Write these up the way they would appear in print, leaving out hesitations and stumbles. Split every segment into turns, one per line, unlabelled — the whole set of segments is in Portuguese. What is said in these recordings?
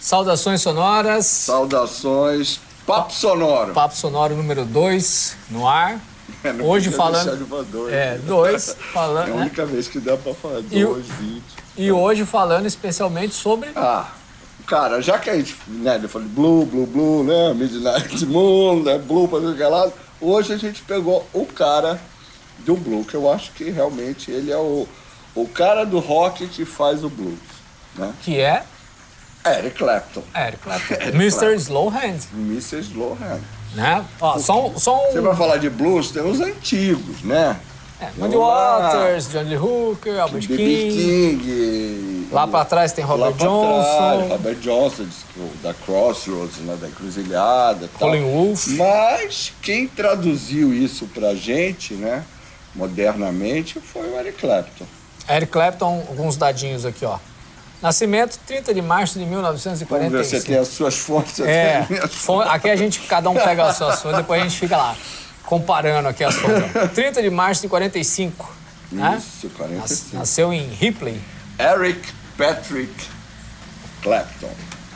Saudações sonoras.
Saudações. Papo Sonoro.
Papo Sonoro número 2 no ar. Hoje falando... dois falando...
É a única vez que dá pra falar 2, 20.
E hoje falando especialmente sobre...
Cara, já que a gente, eu falei Blue, né? Midnight Moon, né? Blue pra tudo que é lado. Hoje a gente pegou o cara do Blue, que eu acho que realmente ele é o cara do rock que faz o blues, né?
Que é?
Eric Clapton.
Mr. Slowhand.
Mr. Slowhand.
Né? Ó,
Você vai falar de blues, tem os antigos, né?
Muddy Waters, John Lee Hooker, Albert
King.
Lá pra trás tem Robert Johnson.
Robert Johnson, da Crossroads, né, da Encruzilhada.
Colin Wolf.
Mas quem traduziu isso pra gente, né, modernamente, foi o Eric Clapton.
Eric Clapton, alguns dadinhos aqui, ó. Nascimento, 30 de março de 1945.
Vamos ver, você tem as suas fontes.
Aqui a gente, cada um pega as suas fontes, depois a gente fica lá, comparando aqui as fontes. 30 de março de 45.
Isso, 45.
Nasceu em Ripley.
Eric Patrick Clapton.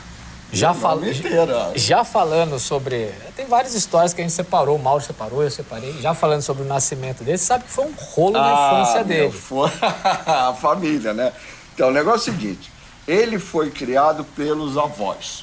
Já falando sobre... Tem várias histórias que a gente separou, o Mauro separou, eu separei. Já falando sobre o nascimento dele, você sabe que foi um rolo na infância dele.
Foi a família, né? Então, o negócio é o seguinte, ele foi criado pelos avós.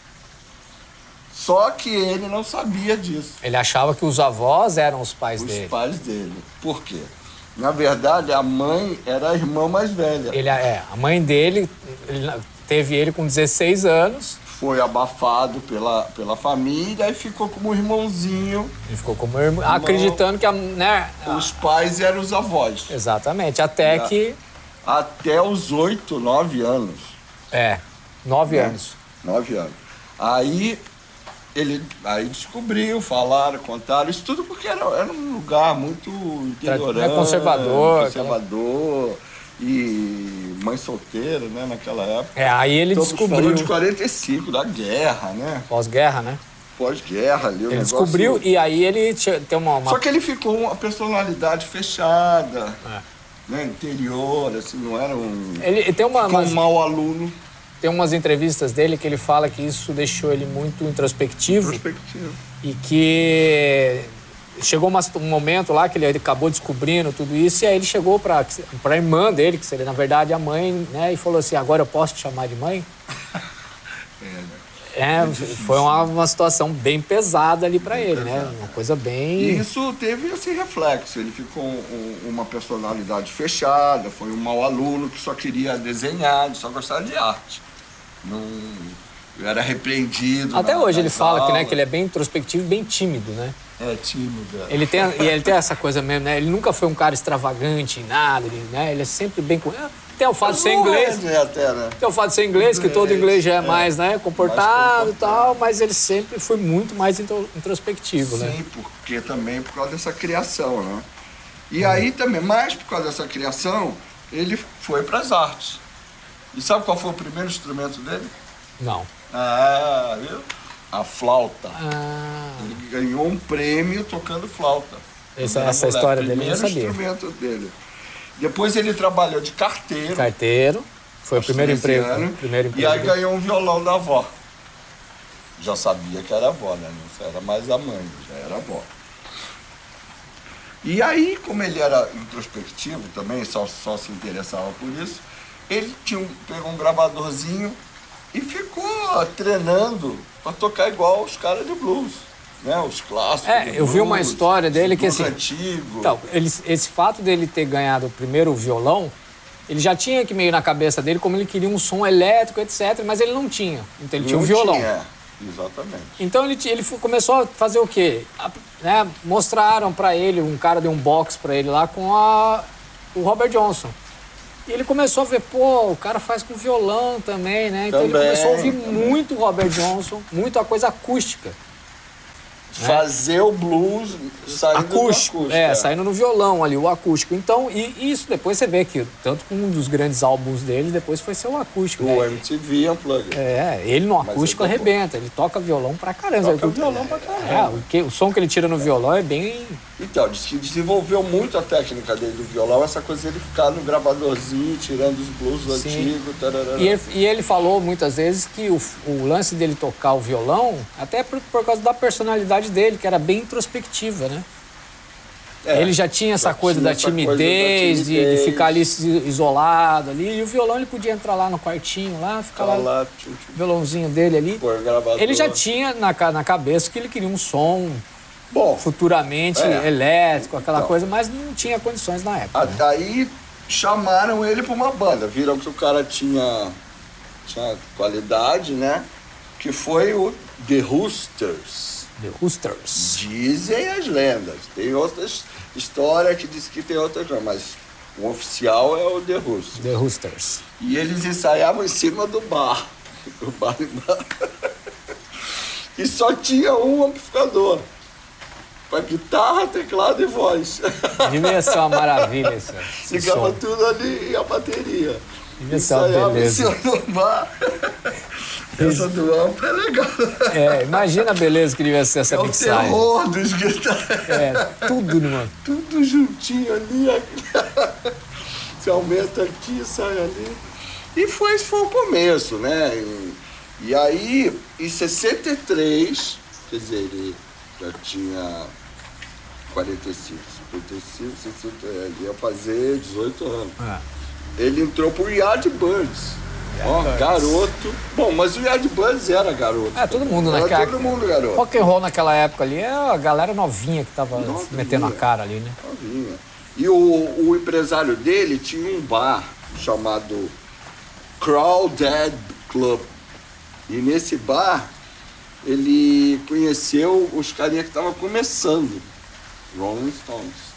Só que ele não sabia disso.
Ele achava que os avós eram os pais dele.
Os pais dele. Por quê? Na verdade, a mãe era a irmã mais velha.
A mãe dele, teve ele com 16 anos.
Foi abafado pela família e ficou como irmãozinho.
Ele ficou como irmão, acreditando que
os pais eram os avós.
Exatamente, até
os 8, 9 anos.
9 anos.
9 anos. Aí ele descobriu, falaram, contaram, isso tudo porque era um lugar muito interiorano, conservador e mãe solteira, né, naquela época.
Aí ele descobriu.
Falando de 45, da guerra, né?
Pós-guerra, né?
Pós-guerra ali.
Ele descobriu e aí ele tem uma...
Só que ele ficou uma personalidade fechada, né, interior, assim, não era
Ele tem
um mau aluno.
Tem umas entrevistas dele que ele fala que isso deixou ele muito introspectivo. E que chegou um momento lá que ele acabou descobrindo tudo isso, e aí ele chegou para a irmã dele, que seria na verdade a mãe, né, e falou assim: agora eu posso te chamar de mãe? Foi uma situação bem pesada ali para ele, né? Uma coisa bem...
E isso teve esse reflexo. Ele ficou uma personalidade fechada, foi um mau aluno que só queria desenhar, só gostava de arte. Não era repreendido.
Até hoje ele fala que ele é bem introspectivo e bem tímido, né?
Tímido.
Ele tem essa coisa mesmo, né? Ele nunca foi um cara extravagante em nada, ele é sempre bem... Tem o fato de ser inglês. Tem o fato de ser inglês, que todo inglês já é mais, né, comportado e tal, mas ele sempre foi muito mais introspectivo, né?
Sim, porque também por causa dessa criação, né? E aí também, mais por causa dessa criação, ele foi para as artes. E sabe qual foi o primeiro instrumento dele?
Não.
Viu? A flauta. Ele ganhou um prêmio tocando flauta.
Essa história dele eu não sabia.
Primeiro instrumento dele. Depois ele trabalhou de carteiro.
Foi o primeiro emprego.
E aí ganhou um violão da avó. Já sabia que era avó, né? Não era mais a mãe, já era avó. E aí, como ele era introspectivo também, só se interessava por isso, ele pegou um gravadorzinho e ficou treinando para tocar igual os caras de blues, né? Os clássicos.
Eu vi uma história dele que assim...
antigo.
Então, esse fato dele ter ganhado o primeiro violão, ele já tinha que meio na cabeça dele como ele queria um som elétrico, etc., mas ele não tinha. Então ele tinha um violão.
Exatamente.
Então ele começou a fazer o quê? Mostraram para ele, um cara deu um box para ele lá com o Robert Johnson. E ele começou a ver, o cara faz com violão também, né? Então ele começou a ouvir muito Robert Johnson, muito a coisa acústica.
fazer o blues saindo
acústico,
do acústico.
Saindo no violão ali, o acústico. Então, e isso depois você vê que, tanto que um dos grandes álbuns dele, depois foi ser o acústico.
O MTV Unplugged.
Ele no acústico arrebenta, ele toca violão pra caramba. O som que ele tira no violão é bem...
Então, diz que desenvolveu muito a técnica dele do violão, essa coisa dele ficar no gravadorzinho, tirando os blues antigos.
E ele falou muitas vezes que o lance dele tocar o violão, até por causa da personalidade dele, que era bem introspectiva, né? Ele já tinha essa coisa da timidez, de ficar ali isolado ali, e o violão ele podia entrar lá no quartinho, ficar lá o violãozinho dele ali. Ele já tinha na cabeça que ele queria um som futuramente elétrico, aquela coisa, mas não tinha condições na época.
Aí chamaram ele para uma banda, viram que o cara tinha qualidade, né? Que foi o The Roosters.
The Roosters.
Dizem as lendas. Tem outras histórias que dizem que tem outras, mas o oficial é o The Roosters.
The Roosters.
E eles ensaiavam em cima do bar. E só tinha um amplificador. Para guitarra, teclado e voz.
Devia ser uma maravilha isso.
Ligava tudo ali e a bateria.
Devia ser uma beleza.
Ensaiava em cima do bar. Essa do amplo é legal.
Imagina a beleza que devia ser essa mixagem.
É o terror dos guitarras.
Tudo numa...
Tudo juntinho ali. Você aumenta aqui, sai ali. E esse foi o começo, né? E aí, em 63, quer dizer, ele já tinha 45, 55, 60, ele ia fazer 18 anos. Ele entrou pro Yardbirds. Garoto. Bom, mas o Yardbirds era garoto.
Todo mundo
naquela época. Todo mundo garoto.
Rock and roll naquela época ali, a galera novinha que tava metendo a cara ali, né?
Novinha. E o empresário dele tinha um bar chamado Crawdad Club. E nesse bar, ele conheceu os carinha que estavam começando. Rolling Stones.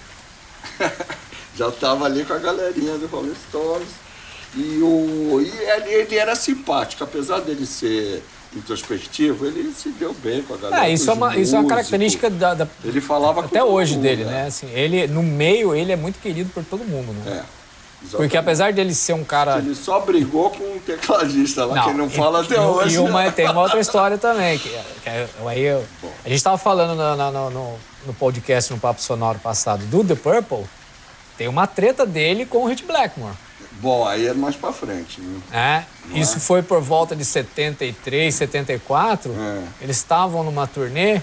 Já tava ali com a galerinha do Rolling Stones. E ele era simpático, apesar dele ser introspectivo, ele se deu bem com a galera.
Isso é uma característica da
ele falava
até hoje mundo, dele, né? Assim, ele, no meio, ele é muito querido por todo mundo, né? Porque apesar dele ser um cara...
Ele só brigou com um tecladista lá, que não fala até hoje.
Tem uma outra história também. A gente estava falando no podcast, no Papo Sonoro passado, do The Purple, tem uma treta dele com o Rit Blackmore.
Bom, aí é mais pra frente, né?
Isso foi por volta de 73, 74. Eles estavam numa turnê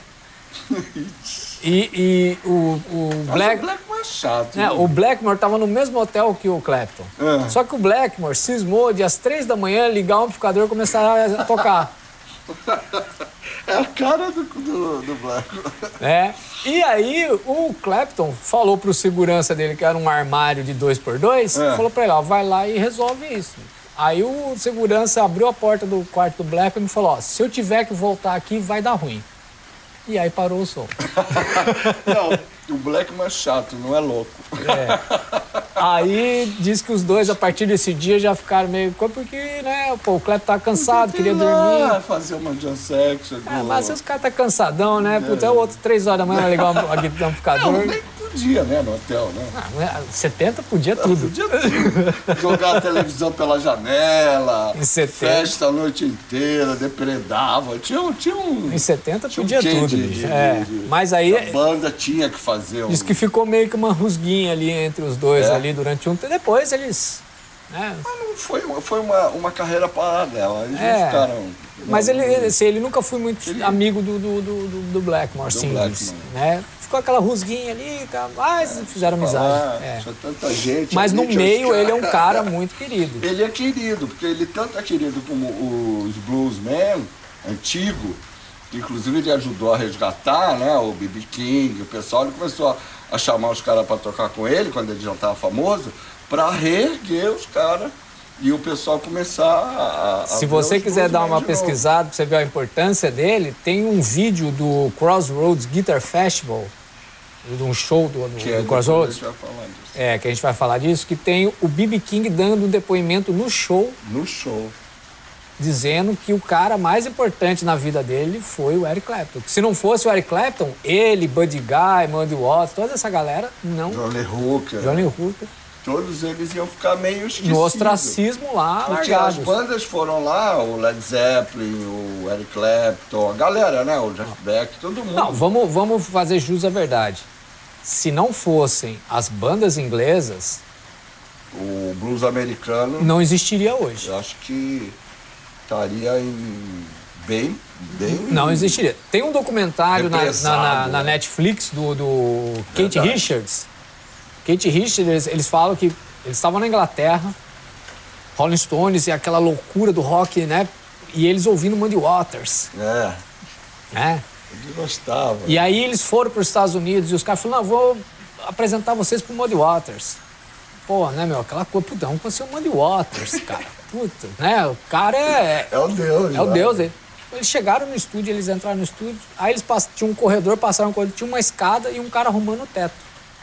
e o
Blackmore é chato.
O Blackmore estava no mesmo hotel que o Clapton. Só que o Blackmore cismou de às 3 da manhã ligar o amplificador e começar a tocar.
É a cara do Blackmore.
E aí o Clapton falou pro segurança dele, que era um armário de 2x2, falou pra ele, vai lá e resolve isso. Aí o segurança abriu a porta do quarto do Blackmore e falou, se eu tiver que voltar aqui, vai dar ruim. E aí parou o som.
Não, o Blackmore é chato, não é louco.
Aí diz que os dois, a partir desse dia, já ficaram meio... Porque, né, o Clapton tava cansado, queria dormir.
Fazer uma jam section.
Mas os caras tá cansadão, né? Até o outro, 3 horas da manhã, vai ligar o amplificador.
Não, nem podia, né, no hotel, né?
70 podia tudo.
Podia tudo. Jogar a televisão pela janela,
em 70.
Festa a noite inteira, depredava. Tinha um...
Em 70 podia tudo, mas aí...
A banda tinha que fazer
Diz que ficou meio que uma rusguinha ali entre os dois ali durante um tempo. Depois eles...
Mas não foi uma carreira paralela. Eles não ficaram...
Mas ele nunca foi muito amigo do Blackmore, assim, né? Ficou aquela rusguinha ali, mas fizeram amizade.
Tinha tanta gente.
Mas no meio ele é um cara muito querido.
Ele é querido, porque ele tanto é querido como os bluesmen antigos, que inclusive ele ajudou a resgatar, né? O B.B. King, o pessoal, ele começou a chamar os caras para tocar com ele, quando ele já estava famoso, para reerguer os caras e o pessoal começar a
Se você quiser dar uma pesquisada para você ver a importância dele, tem um vídeo do Crossroads Guitar Festival, de um show do Crossroads. Que a gente vai falar disso, que tem o B.B. King dando um depoimento no show.
No show.
dizendo que o cara mais importante na vida dele foi o Eric Clapton. Se não fosse o Eric Clapton, ele, Buddy Guy, Muddy Waters, toda essa galera, não...
Johnny Hooker. Todos eles iam ficar meio esquecidos.
No ostracismo lá,
porque
largados.
as bandas foram lá, o Led Zeppelin, o Eric Clapton, a galera, né? O Jeff Beck, todo mundo.
Não, vamos fazer jus à verdade. Se não fossem as bandas inglesas...
O blues americano...
Não existiria hoje.
Eu acho que estaria bem...
Não existiria. Tem um documentário na Netflix do Keith Richards. Keith Richards, eles falam que eles estavam na Inglaterra, Rolling Stones e aquela loucura do rock, né? E eles ouvindo Muddy Waters.
Eles gostavam.
E aí eles foram para os Estados Unidos e os caras falaram, não, vou apresentar vocês pro Muddy Waters. Pô, né, meu, aquela coisa, puta, vamos conhecer o Muddy Waters, cara. Puta, né, o cara é...
É o Deus.
É o Deus dele. Eles chegaram no estúdio, eles entraram no estúdio, aí eles tinham um corredor, passaram um corredor, tinha uma escada e um cara arrumando o teto.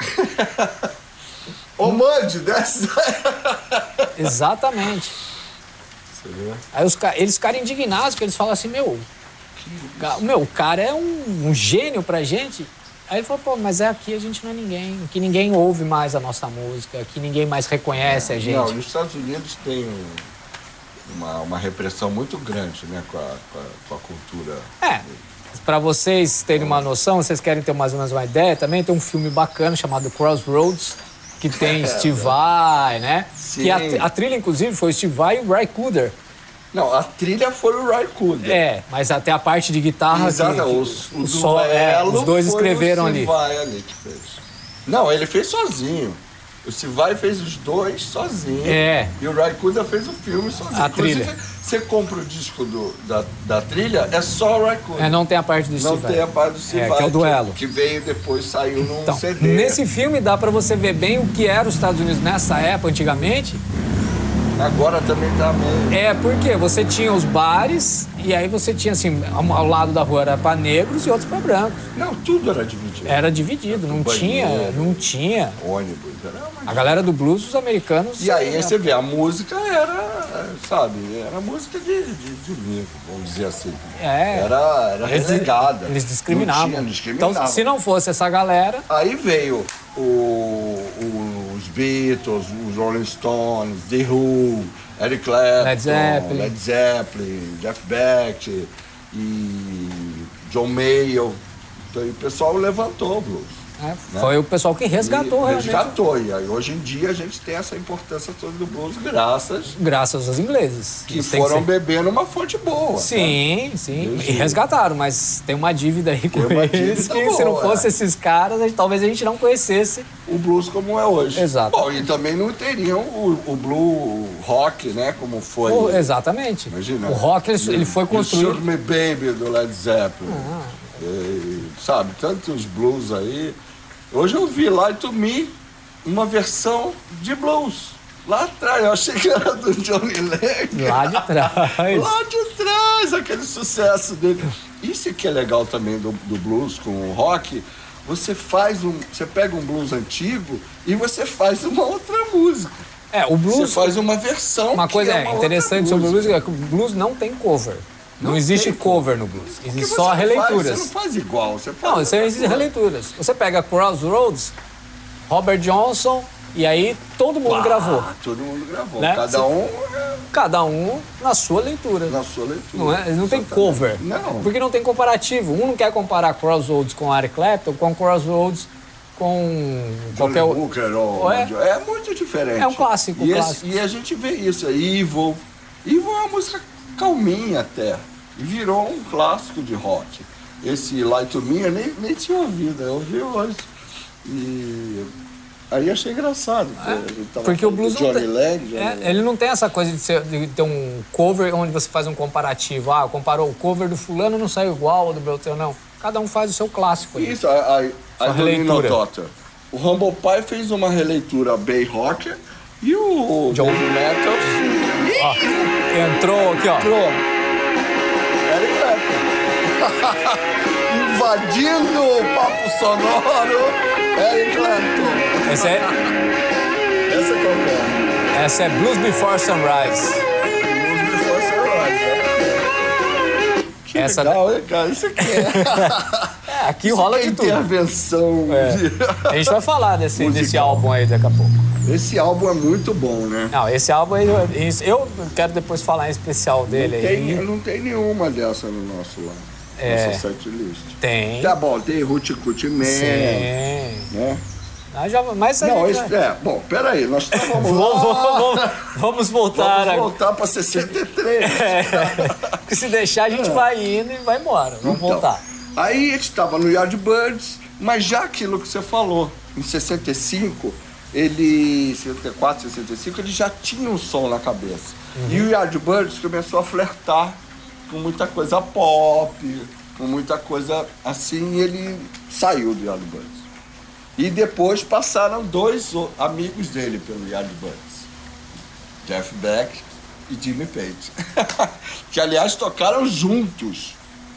Ô, Muddy, desce.
Exatamente. Aí eles ficaram indignados, porque eles falam assim, o cara é um gênio pra gente. Aí ele falou, pô, mas aqui a gente não é ninguém, aqui ninguém ouve mais a nossa música, aqui niném mais reconhece a gente.
Não, os Estados Unidos têm uma repressão muito grande, né, com a cultura.
Para vocês terem uma noção, vocês querem ter mais ou menos uma ideia, também tem um filme bacana chamado Crossroads, que tem Steve Vai, né?
Sim.
Que a trilha, inclusive, foi o Steve Vai e o Ray Cooder.
Não, a trilha foi o Ray Cooder.
Mas até a parte de guitarra...
Exato,
os dois escreveram ali.
O Steve Vai ali que fez. Não, ele fez sozinho. O Steve Vai fez os dois sozinho. E o Ray Cooder fez o filme sozinho.
A trilha.
Você compra o disco da trilha, é só o Ray Cooder.
Não tem a parte do Steve Vai.
Não tem a parte do Steve Vai.
Que é o duelo.
Que veio depois, saiu num
então,
CD.
Nesse filme dá pra você ver bem o que era os Estados Unidos nessa época, antigamente.
Agora também tá meio...
Porque você tinha os bares e aí você tinha, assim, ao lado da rua era pra negros e outros pra brancos.
Não, tudo era dividido.
Era dividido, não tinha.
Ônibus,
A galera do blues, os americanos...
E aí você vê, a música era, sabe, era música de nego, vamos dizer assim. Era relegada.
Eles discriminavam.
Discriminavam.
Então, se não fosse essa galera...
Aí veio os Beatles, os Rolling Stones, The Who, Eric Clapton, Led Zeppelin, Jeff Beck e John Mayall. Então, o pessoal levantou o blues.
Né? Foi o pessoal que resgatou realmente.
Resgatou. E aí, hoje em dia, a gente tem essa importância toda do blues
graças aos ingleses.
Que foram beber numa fonte boa.
Sim, né? Sim. E resgataram, mas tem uma dívida aí com eles que boa, se não fosse esses caras, talvez a gente não conhecesse
o blues como é hoje.
Exato.
Bom, e também não teriam o blues rock, né? Como foi.
Exatamente.
Imagina.
O rock, ele foi construído...
Shoot Me Baby, do Led Zeppelin. Sabe, tantos blues aí. Hoje eu vi Lie to Me, uma versão de blues. Lá atrás, eu achei que era do Johnny Lang.
Lá de trás.
Lá de trás, aquele sucesso dele. Isso que é legal também do blues com o rock. Você pega um blues antigo e você faz uma outra música.
O blues...
Você faz uma versão.
Uma coisa interessante sobre o blues é que o blues não tem cover. Não existe cover no blues, existe só releituras.
Você não faz igual, você faz...
Não, existem releituras. Você pega Crossroads, Robert Johnson, e aí todo mundo gravou.
Todo mundo gravou,
né?
Cada um
na sua leitura.
Na sua leitura.
Não tem cover.
Não.
Porque não tem comparativo. Um não quer comparar Crossroads com Eric Clapton, com Crossroads com qualquer
outro. É muito diferente.
É um clássico.
E a gente vê isso. Evil é uma música calminha até. E virou um clássico de rock. Esse Lie to Me eu nem tinha ouvido, eu ouvi hoje. E aí achei engraçado.
Porque o blues não tem,
Lang,
ele não tem essa coisa de ter um cover onde você faz um comparativo. Comparou o cover do fulano, não saiu igual ao do Beltrão, não. Cada um faz o seu clássico.
Isso, a releitura. O Humble Pie fez uma releitura Bay Rocker e o
John
Metals.
Entrou aqui, ó.
Eric Clapton. Invadindo o papo sonoro, Eric Clapton.
Essa é
qual é?
Essa é Blues Before Sunrise.
Blues Before Sunrise, Que legal, hein, cara? Isso aqui
aqui
isso
rola
aqui
de tudo.
Intervenção.
A gente vai falar desse álbum aí daqui a pouco.
Esse álbum é muito bom, né?
Não, esse álbum aí, eu quero depois falar em especial dele aí.
Não tem nenhuma dessa no nosso lá. Nossa setlist.
Tem.
Tá bom, tem Hoochie Coochie Man.
Sim.
Né?
Mas
não, bom, peraí, nós estávamos
vamos voltar.
Vamos voltar para 63.
Porque se deixar, a gente vai indo e vai embora. Vamos voltar.
Aí a gente estava no Yardbirds, mas já aquilo que você falou, em 65, 64, 65, ele já tinha um som na cabeça. E o Yardbirds começou a flertar com muita coisa pop, com muita coisa assim, e ele saiu do Yardbirds. E depois passaram dois amigos dele pelo Yardbirds, Jeff Beck e Jimmy Page, que aliás tocaram juntos.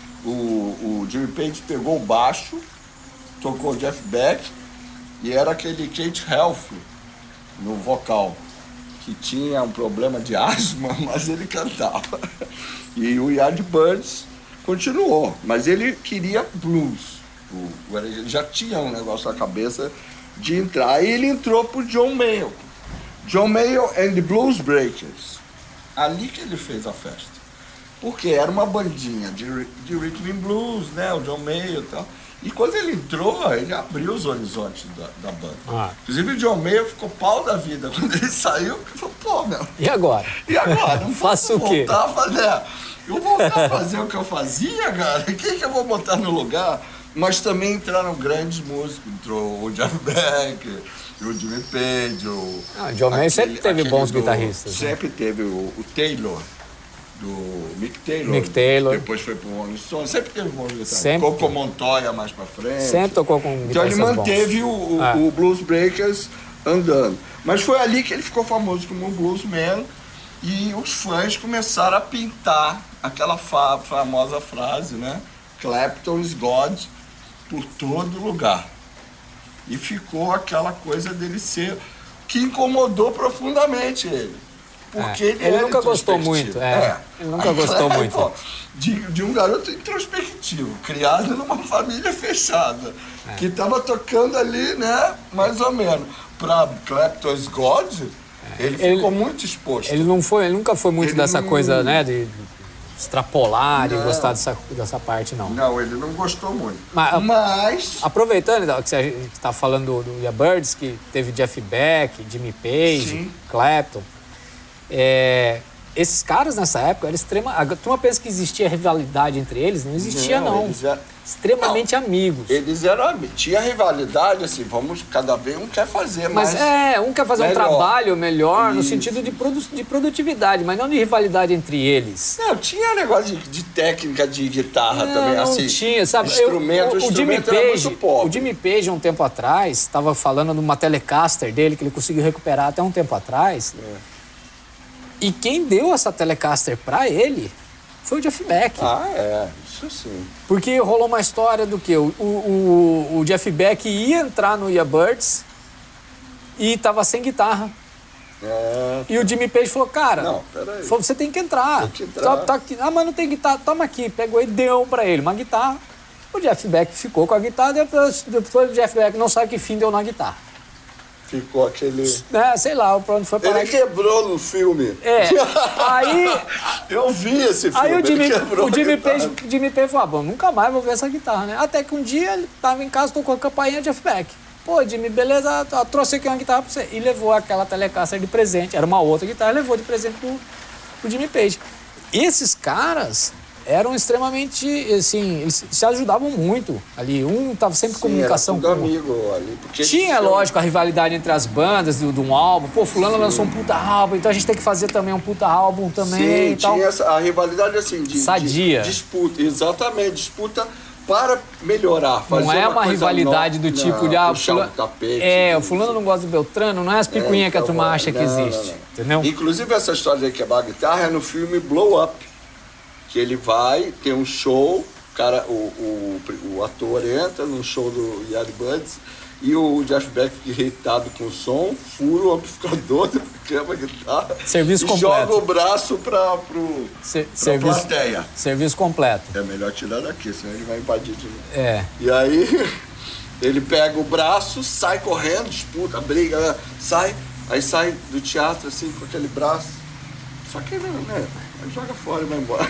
O Jimmy Page pegou o baixo, tocou o Jeff Beck e era aquele Kate Health no vocal, que tinha um problema de asma, mas ele cantava. E o Yardbirds continuou, mas ele queria blues. Ele já tinha um negócio na cabeça de entrar. Aí ele entrou pro John Mayall. John Mayall and the Blues Breakers. Ali que ele fez a festa. Porque era uma bandinha de rhythm and blues, né? O John Mayall e tal. E quando ele entrou, ele abriu os horizontes da banda. Inclusive o John Mayall ficou pau da vida. Quando ele saiu, ele falou, pô, meu...
E agora?
Não
faço o quê?
Eu voltar a fazer o que eu fazia, cara? Quem que eu vou botar no lugar? Mas também entraram grandes músicos. Entrou o Jeff Beck, o Jimmy Page, o
John Mayall sempre teve bons guitarristas.
Sempre teve o Taylor, do Mick Taylor.
Mick Taylor.
Depois foi pro Rolling Stone. Sempre teve bons guitarristas. Tocou com Montoya mais pra frente.
Sempre tocou com guitarristas
Então ele manteve o Blues Breakers andando. Mas foi ali que ele ficou famoso como um bluesman. E os fãs começaram a pintar aquela famosa frase, né? Clapton is God, por todo lugar. E ficou aquela coisa dele ser... que incomodou profundamente ele. Porque ele
nunca gostou muito. Ele nunca gostou muito.
De um garoto introspectivo, criado numa família fechada, que estava tocando ali, né? Mais ou menos. Para Clapton's God, ele ficou muito exposto.
Ele nunca foi muito dessa coisa, né? De extrapolar e gostar dessa parte, não.
Não, ele não gostou muito. Mas...
Aproveitando que você está falando do Yardbirds, que teve Jeff Beck, Jimmy Page, Clapton, esses caras nessa época eram extremamente... A turma pensa que existia rivalidade entre eles, não existia não. Extremamente amigos.
Eles eram... Tinha rivalidade, assim, cada vez um quer fazer mais...
Mas um quer fazer um trabalho melhor no sentido de produtividade, mas não de rivalidade entre eles.
Não, tinha negócio de técnica de guitarra também, assim.
Não tinha, sabe? O Jimmy Page, o Jimmy Page, um tempo atrás, estava falando de uma Telecaster dele, que ele conseguiu recuperar até um tempo atrás. E quem deu essa Telecaster pra ele foi o Jeff Beck.
Isso sim.
Porque rolou uma história do que o Jeff Beck ia entrar no Yardbirds e tava sem guitarra. E o Jimmy Page falou, cara, você tem que entrar. Tá aqui. Mas não tem guitarra, toma aqui. Pegou e deu pra ele uma guitarra. O Jeff Beck ficou com a guitarra, depois o Jeff Beck não sabe que fim deu na guitarra.
Ficou aquele...
sei lá, pra onde foi parar.
Ele quebrou no filme.
Aí...
Eu vi esse filme,
aí o Jimmy Page falou, bom, nunca mais vou ver essa guitarra, né? Até que um dia ele tava em casa, tocou a campainha Jeff Beck. Pô, Jimmy, beleza, trouxe aqui uma guitarra pra você. E levou aquela Telecaster de presente. Era uma outra guitarra, levou de presente pro Jimmy Page. Esses caras... eram extremamente, assim, eles se ajudavam muito ali. Um tava sempre em comunicação
com... amigo ali. Porque
tinha, lógico, a rivalidade entre as bandas de um álbum. Pô, fulano lançou um puta álbum, então a gente tem que fazer também um puta álbum também.
Sim, tinha a rivalidade, assim,
sadia.
Disputa, exatamente, disputa para melhilhorar.
Não é uma rivalidade do tipo de...
puxar o tapete.
O fulano não gosta do Beltrano, não é as picuinhas que a turma acha que existe. Entendeu?
Inclusive, essa história de quebrar a guitarra é no filme Blow Up. Que ele vai ter um show o ator entra no show do Yardbirds e o Jeff Beck fica irritado com o som, fura o amplificador, quebra a guitarra
serviço
e
completo.
joga o braço pra plateia.
Serviço completo.
É melhor tirar daqui, senão ele vai invadir de novo.
E
aí ele pega o braço, sai correndo, disputa, briga, aí sai do teatro assim com aquele braço. Só que ele, né, joga fora e vai embora.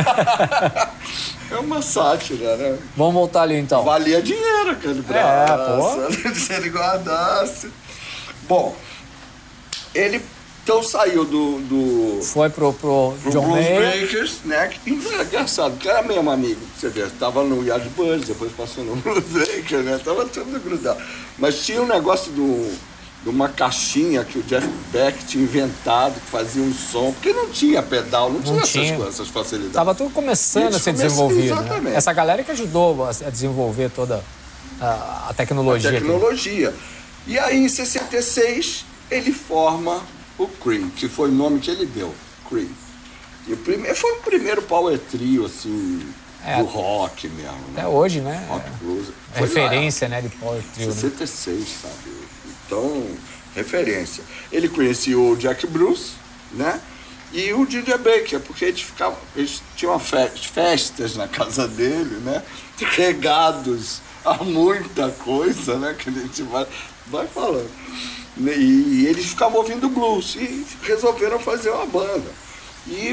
É uma sátira, né?
Vamos voltar ali então.
Valia dinheiro aquele braço. Se ele guardasse. Bom, ele então saiu do
foi pro John
Blues
Mayer.
Breakers, né? Que engraçado, que era mesmo amigo. Você vê, tava no Yardbirds, depois passou no Blues Breakers, né? Tava tudo grudado. Mas tinha um negócio de uma caixinha que o Jeff Beck tinha inventado, que fazia um som, porque não tinha pedal, não tinha essas facilidades.
Tava tudo começando a ser desenvolvido.
Exatamente.
Né? Essa galera que ajudou a desenvolver toda a tecnologia.
E aí, em 66, ele forma o Cream, que foi o nome que ele deu, Cream. E foi o primeiro power trio, assim, do rock mesmo.
Até
né?
hoje, né?
Rock blues.
Referência, né, de power trio.
66, né? Sabe? Então, referência. Ele conhecia o Jack Bruce, né? E o Ginger Baker, porque eles tinham festas na casa dele, né? Regados a muita coisa, né? Que a gente vai falando. E eles ficavam ouvindo blues e resolveram fazer uma banda. E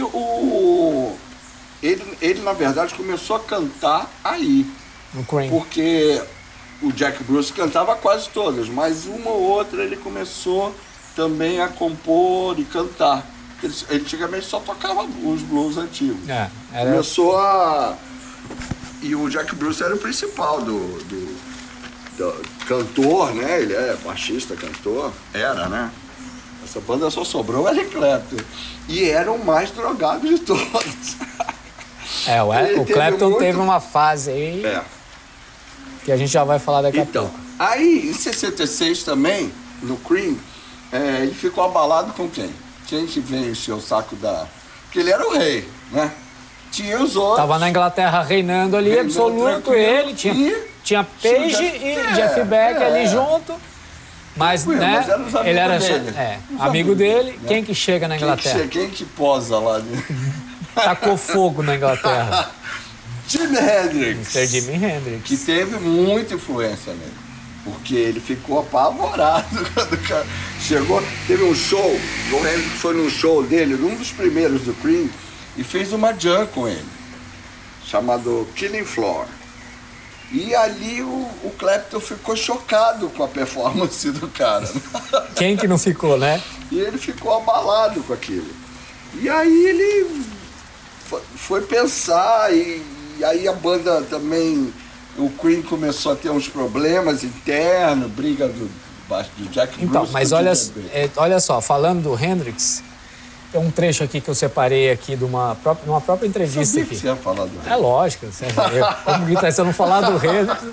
ele na verdade, começou a cantar aí.
No Cream.
Porque o Jack Bruce cantava quase todas, mas uma ou outra ele começou também a compor e cantar. Ele antigamente só tocava os blues antigos. Começou a... E o Jack Bruce era o principal do cantor, né? Ele é baixista, cantor. Era, né? Essa banda só sobrou o Eric Clapton. E era o mais drogado de todos.
O Clapton teve uma fase aí... que a gente já vai falar daqui a pouco.
Aí, em 66 também, no Cream, ele ficou abalado com quem? Quem que veio encher o saco da... Porque ele era o rei, né? Tinha os outros.
Tava na Inglaterra reinando ali, absoluto ele. Tinha Page e Jeff Beck ali junto. Mas, né, ele era amigo dele. Né? Quem que chega na Inglaterra?
Quem que posa lá?
Tacou fogo na Inglaterra.
Jimi Hendrix.
Mr. Jimi Hendrix.
Que teve muita influência nele. Porque ele ficou apavorado quando o cara chegou. Teve um show, o Hendrix foi num show dele, num dos primeiros do Cream, e fez uma jam com ele, chamado Killing Floor. E ali o Clapton ficou chocado com a performance do cara.
Quem que não ficou, né?
E ele ficou abalado com aquilo. E aí ele foi pensar, e aí a banda também, o Cream começou a ter uns problemas internos, briga do Jack Bruce.
Então, mas olha só, falando do Hendrix, tem um trecho aqui que eu separei aqui de uma própria entrevista.
Sabia
aqui.
Que você ia falar do Hendrix.
É lógico, como guitarrista, se eu não falar do Hendrix.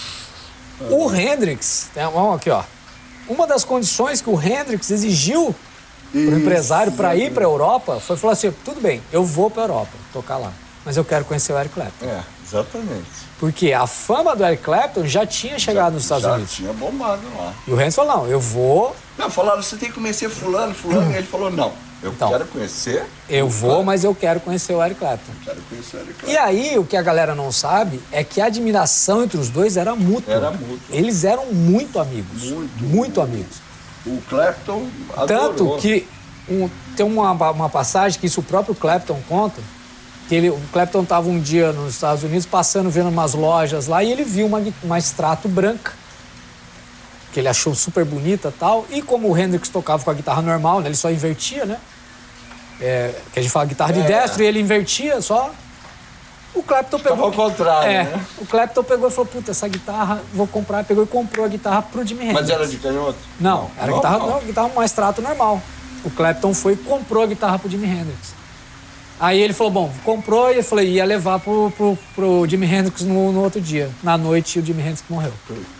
O Hendrix, vamos aqui, ó. Uma das condições que o Hendrix exigiu pro empresário para ir para a Europa foi falar assim: tudo bem, eu vou para a Europa tocar lá, mas eu quero conhecer o Eric Clapton.
Exatamente.
Porque a fama do Eric Clapton já tinha chegado nos Estados Unidos.
Já tinha bombado lá.
E o Hendrix falou: não, eu vou.
Não, falaram, você tem que conhecer fulano, e ele falou: não, eu quero conhecer.
Eu vou, mas eu quero conhecer o Eric Clapton.
Eu quero conhecer o Eric Clapton.
E aí, o que a galera não sabe é que a admiração entre os dois era mútua.
Era mútua.
Eles eram muito amigos. Muito amigos.
O Clapton adorou.
Tanto que tem uma passagem que isso o próprio Clapton conta, que o Clapton estava um dia nos Estados Unidos passando, vendo umas lojas lá, e ele viu uma Strato branca, que ele achou super bonita e tal, e como o Hendrix tocava com a guitarra normal, né, ele só invertia, né? Que a gente fala guitarra de destro, e ele invertia só. O Clapton pegou...
Tava ao contrário, né?
O Clapton pegou e falou: puta, essa guitarra, vou comprar. Pegou e comprou a guitarra pro Jimi Hendrix.
Mas era de canhoto?
Não, era guitarra uma Strato normal. O Clapton foi e comprou a guitarra pro Jimi Hendrix. Aí ele falou: bom, comprou, e ele falou: ia levar pro Jimi Hendrix no outro dia. Na noite, o Jimi Hendrix morreu.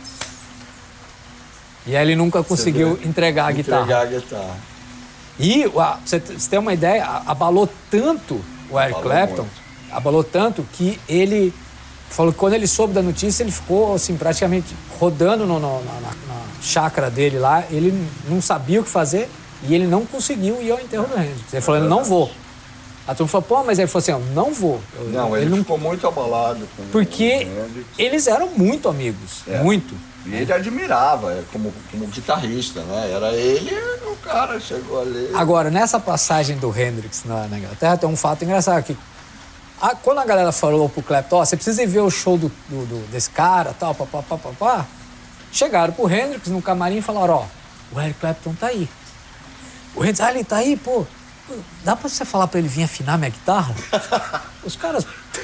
E aí ele nunca conseguiu entregar a guitarra. E, você tem uma ideia, abalou tanto o Eric Clapton, abalou tanto que ele Falou que quando ele soube da notícia, ele ficou assim, praticamente rodando na chácara dele lá. Ele não sabia o que fazer e ele não conseguiu ir ao enterro do Hendrix. Ele falou, eu não vou. A turma falou, pô, mas ele falou assim, eu não vou.
Ele não ficou muito abalado com
porque eles eram muito amigos, muito.
E ele admirava como guitarrista, né? Era ele, o cara chegou ali.
Agora, nessa passagem do Hendrix na Inglaterra, tem um fato engraçado aqui. Quando a galera falou pro Clapton, você precisa ir ver o show desse cara, tal, papapá, chegaram pro Hendrix no camarim e falaram, o Eric Clapton tá aí. O Hendrix, ele tá aí, pô. Dá pra você falar pra ele vir afinar minha guitarra? Os caras...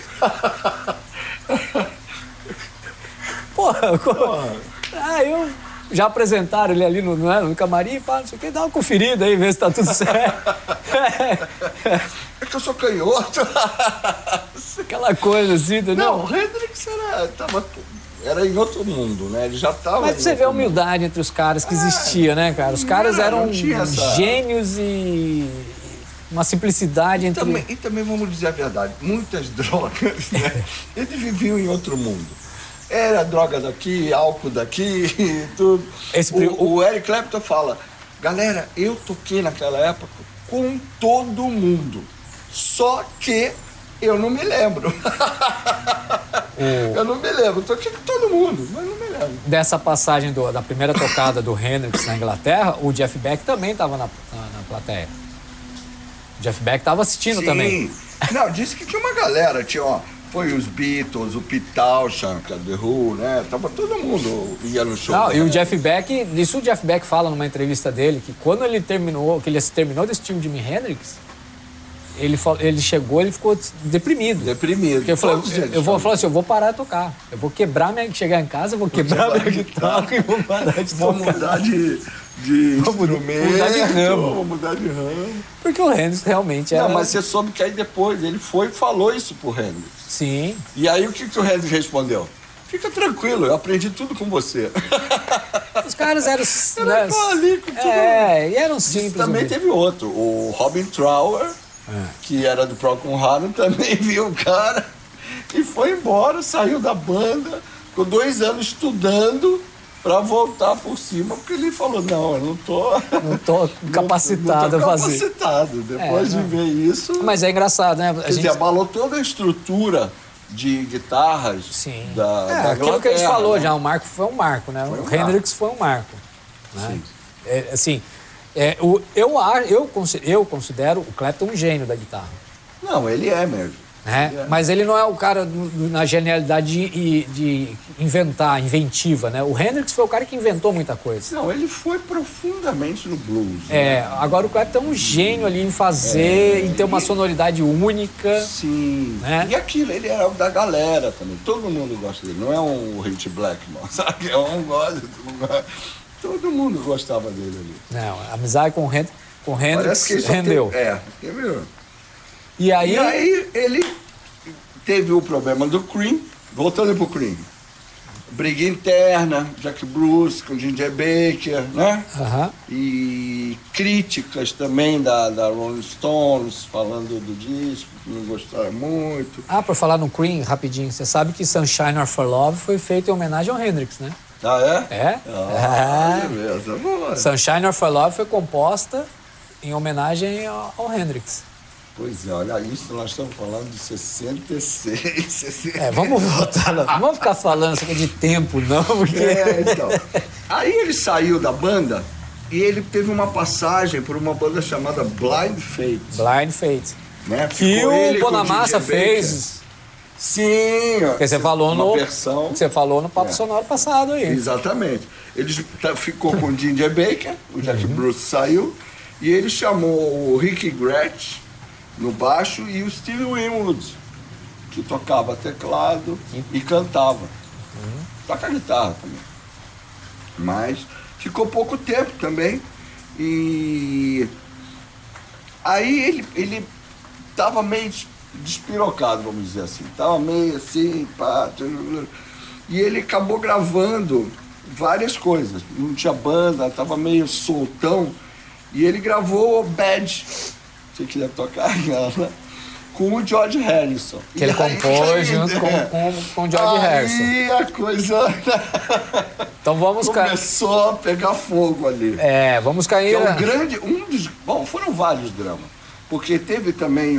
Porra. Eu... Já apresentaram ele ali no camarim, não sei o que, dá uma conferida aí, ver se tá tudo certo.
É que eu sou canhoto.
Aquela coisa assim, entendeu?
Não, o Hendrix era em outro mundo, né? Ele já tava.
Mas você vê a humildade entre os caras que existia, né, cara? Os caras eram gênios e uma simplicidade entre...
E também, vamos dizer a verdade, muitas drogas, né? Eles viviam em outro mundo. Era droga daqui, álcool daqui e tudo. O Eric Clapton fala, galera, eu toquei naquela época com todo mundo, só que eu não me lembro. Eu não me lembro, toquei com todo mundo, mas não me lembro.
Dessa passagem da primeira tocada do Hendrix na Inglaterra, o Jeff Beck também estava na plateia. O Jeff Beck estava assistindo também.
Não, disse que tinha uma galera, foi os Beatles, o Pete Townshend, The Who, né? Tava todo mundo ia no show.
Não, e o Jeff Beck, isso o Jeff Beck fala numa entrevista dele, que quando ele terminou desse time de Jimi Hendrix, ele chegou, ele ficou deprimido. Porque eu vou parar de tocar. Eu vou chegar em casa, eu vou quebrar minha guitarra e vou parar de tocar.
Vou mudar de instrumento.
Vou mudar de ramo. Porque o Hendrix realmente era...
Não, mas você soube que aí depois ele foi e falou isso pro Hendrix.
Sim.
E aí o que o Hendrix respondeu? Fica tranquilo, eu aprendi tudo com você.
Os caras eram...
ali com tudo.
E eram simples.
Também teve outro, o Robin Trower, que era do Procol Harum, também viu o cara e foi embora, saiu da banda, ficou 2 anos estudando pra voltar por cima, porque ele falou, não, eu não tô
capacitado a fazer.
Depois de ver isso...
Mas é engraçado, né?
Quer dizer, abalou toda a estrutura de guitarras da
aquilo que a gente falou já, o Marco foi um marco, né? O Hendrix foi um marco. Né? Eu considero o Clapton um gênio da guitarra.
Não, ele é mesmo.
Mas ele não é o cara na genialidade de inventiva, né? O Hendrix foi o cara que inventou muita coisa.
Não, ele foi profundamente no blues. Né?
Agora o Clapton é um gênio ali em fazer, em ter uma sonoridade única.
Sim.
Né?
E aquilo, ele era da galera também. Todo mundo gosta dele. Não é um Hit Blackmore, sabe? É um gosta. Todo mundo gostava dele ali.
Não, a amizade com o Hendrix rendeu.
Rendeu.
E aí
ele teve o problema do Cream, voltando pro Cream. Briga interna, Jack Bruce com Ginger Baker, né? E críticas também da Rolling Stones, falando do disco, que não gostaram muito.
Por falar no Cream, rapidinho, você sabe que Sunshine for Love foi feito em homenagem ao Hendrix, né?
Beleza, boa.
Sunshine for Love foi composta em homenagem ao Hendrix.
Pois é, olha isso, nós estamos falando de 66, 60.
Vamos voltar lá. Não vamos ficar falando isso aqui de tempo, não, porque...
Então. Aí ele saiu da banda e ele teve uma passagem por uma banda chamada Blind Fate.
Blind Fate.
Né?
Que o Bonamassa fez.
Sim.
Que você falou
versão.
Que você falou no Papo Sonoro passado aí.
Exatamente. Ele ficou com o Ginger Baker, o Jack Bruce saiu, e ele chamou o Ricky Gretsch no baixo e o Steve Winwood, que tocava teclado e cantava. Toca guitarra também. Mas ficou pouco tempo também. E aí ele tava meio despirocado, vamos dizer assim. Tava meio assim, pá. E ele acabou gravando várias coisas. Não tinha banda, tava meio soltão. E ele gravou Bad. Se quiser tocar, né? com o George Harrison.
Que ele compôs junto com o George Harrison.
Aí a coisa
então vamos
começou a pegar fogo ali.
Vamos cair...
Que é um grande... Bom, foram vários dramas. Porque teve também